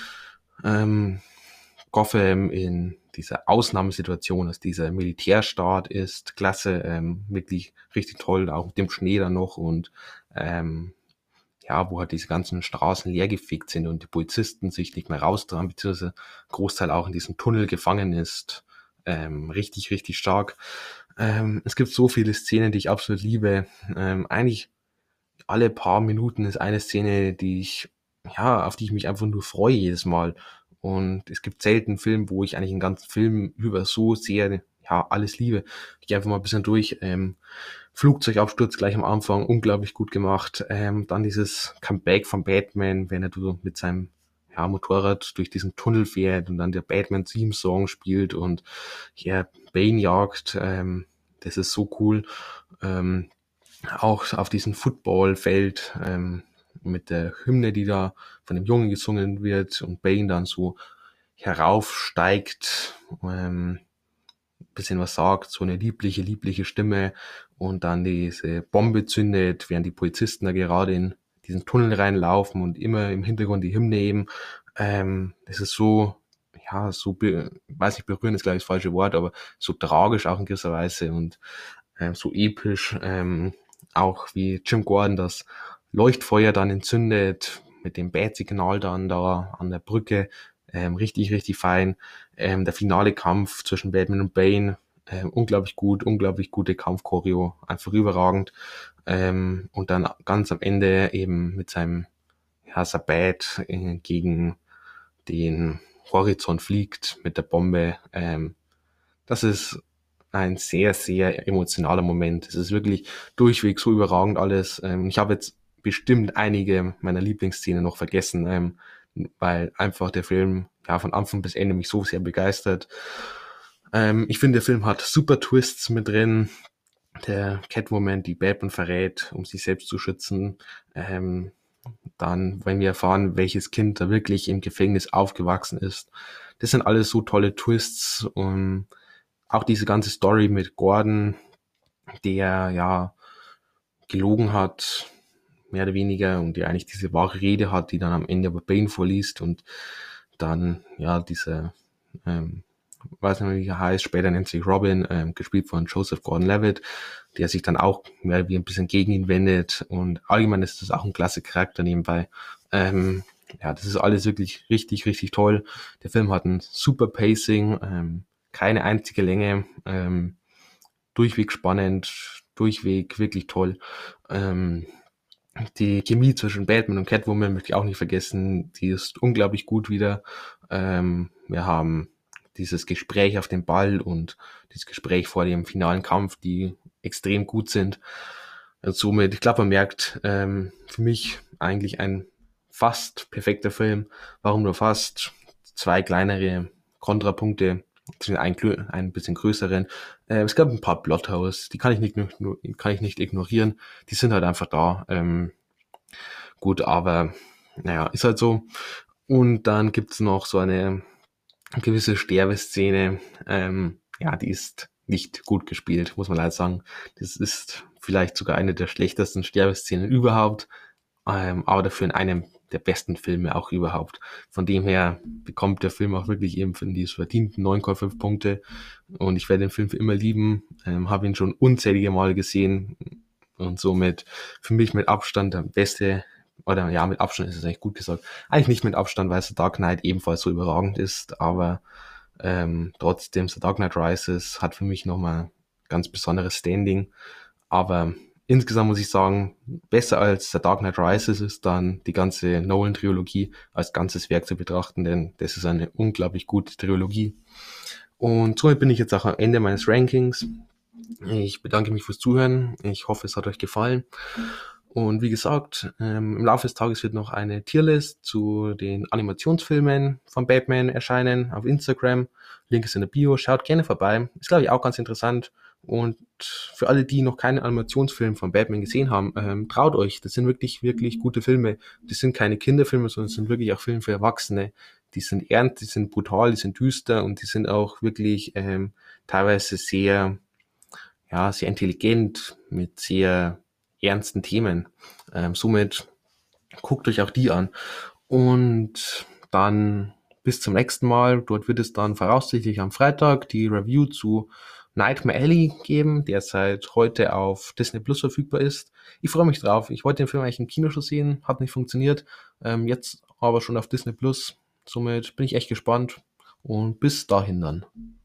Ähm, Gotham in dieser Ausnahmesituation, dass dieser Militärstaat ist, klasse, ähm, wirklich richtig toll, auch mit dem Schnee dann noch und ähm, ja, wo halt diese ganzen Straßen leergefegt sind und die Polizisten sich nicht mehr raustrauen, beziehungsweise Großteil auch in diesem Tunnel gefangen ist. Ähm, richtig, richtig stark. Ähm, es gibt so viele Szenen, die ich absolut liebe. Ähm, eigentlich alle paar Minuten ist eine Szene, die ich, ja, auf die ich mich einfach nur freue jedes Mal. Und es gibt selten einen Film, wo ich eigentlich einen ganzen Film über so sehr, ja, alles liebe. Ich gehe einfach mal ein bisschen durch. Ähm, Flugzeugabsturz gleich am Anfang, unglaublich gut gemacht. Ähm, dann dieses Comeback von Batman, wenn er so mit seinem ja, Motorrad durch diesen Tunnel fährt und dann der Batman-Theme-Song spielt und ja, Bane jagt. Ähm, das ist so cool. Ähm, auch auf diesem Footballfeld ähm, mit der Hymne, die da von dem Jungen gesungen wird und Bane dann so heraufsteigt, ähm, bisschen was sagt, so eine liebliche, liebliche Stimme und dann diese Bombe zündet, während die Polizisten da gerade in diesen Tunnel reinlaufen und immer im Hintergrund die Hymne eben. Ähm, das ist so, ja, so, be weiß nicht, berührend ist gleich das falsche Wort, aber so tragisch auch in gewisser Weise und ähm, so episch, ähm, auch wie Jim Gordon das Leuchtfeuer dann entzündet, mit dem Bat-Signal dann da an der Brücke, ähm, richtig, richtig fein. Ähm, der finale Kampf zwischen Batman und Bane, ähm, unglaublich gut, unglaublich gute Kampfchoreo, einfach überragend. Ähm, und dann ganz am Ende eben mit seinem ja, Sabbat äh, gegen den Horizont fliegt mit der Bombe. Ähm, das ist ein sehr, sehr emotionaler Moment. Es ist wirklich durchweg so überragend alles. Ähm, ich habe jetzt bestimmt einige meiner Lieblingsszenen noch vergessen, ähm, weil einfach der Film ja von Anfang bis Ende mich so sehr begeistert. Ähm, ich finde, der Film hat super Twists mit drin. Der Catwoman, die Batman verrät, um sich selbst zu schützen. Ähm, dann, wenn wir erfahren, welches Kind da wirklich im Gefängnis aufgewachsen ist. Das sind alles so tolle Twists. Und auch diese ganze Story mit Gordon, der ja gelogen hat, mehr oder weniger, und der eigentlich diese wahre Rede hat, die dann am Ende aber Bane vorliest und dann, ja, dieser, ähm, weiß nicht mehr, wie er heißt, später nennt sich Robin, ähm, gespielt von Joseph Gordon-Levitt, der sich dann auch mehr wie ein bisschen gegen ihn wendet, und allgemein ist das auch ein klasse Charakter nebenbei. Ähm, ja, das ist alles wirklich richtig, richtig toll. Der Film hat ein super Pacing, ähm, keine einzige Länge, ähm, durchweg spannend, durchweg wirklich toll. Ähm, die Chemie zwischen Batman und Catwoman möchte ich auch nicht vergessen. Die ist unglaublich gut wieder. Ähm, wir haben dieses Gespräch auf dem Ball und dieses Gespräch vor dem finalen Kampf, die extrem gut sind. Und somit, ich glaube, man merkt, ähm, für mich eigentlich ein fast perfekter Film. Warum nur fast? Zwei kleinere Kontrapunkte, ein, ein bisschen größeren. Äh, es gab ein paar Plotholes, die kann ich nicht, nur, kann ich nicht ignorieren. Die sind halt einfach da. Ähm, gut, aber naja, ist halt so. Und dann gibt's noch so eine gewisse Sterbeszene. Ähm, ja, die ist nicht gut gespielt, muss man leider sagen. Das ist vielleicht sogar eine der schlechtesten Sterbeszenen überhaupt, ähm, aber dafür in einem der besten Filme auch überhaupt. Von dem her bekommt der Film auch wirklich eben von die verdienten neun Komma fünf Punkte, und ich werde den Film für immer lieben, ähm, habe ihn schon unzählige Male gesehen und somit für mich mit Abstand der beste, oder ja, mit Abstand ist es eigentlich gut gesagt, eigentlich nicht mit Abstand, weil The Dark Knight ebenfalls so überragend ist, aber ähm, trotzdem The Dark Knight Rises hat für mich nochmal ganz besonderes Standing, aber insgesamt muss ich sagen, besser als The Dark Knight Rises ist dann die ganze Nolan-Trilogie als ganzes Werk zu betrachten, denn das ist eine unglaublich gute Trilogie. Und somit bin ich jetzt auch am Ende meines Rankings. Ich bedanke mich fürs Zuhören. Ich hoffe, es hat euch gefallen. Und wie gesagt, ähm, im Laufe des Tages wird noch eine Tierlist zu den Animationsfilmen von Batman erscheinen auf Instagram. Link ist in der Bio. Schaut gerne vorbei. Ist, glaube ich, auch ganz interessant. Und für alle, die noch keinen Animationsfilm von Batman gesehen haben, ähm, traut euch. Das sind wirklich, wirklich gute Filme. Das sind keine Kinderfilme, sondern es sind wirklich auch Filme für Erwachsene. Die sind ernst, die sind brutal, die sind düster und die sind auch wirklich ähm, teilweise sehr, ja, sehr intelligent mit sehr ernsten Themen. Ähm, somit guckt euch auch die an. Und dann bis zum nächsten Mal. Dort wird es dann voraussichtlich am Freitag die Review zu Nightmare Alley geben, der seit heute auf Disney Plus verfügbar ist. Ich freue mich drauf. Ich wollte den Film eigentlich im Kino schon sehen, hat nicht funktioniert. Ähm, jetzt aber schon auf Disney Plus. Somit bin ich echt gespannt. Und bis dahin dann.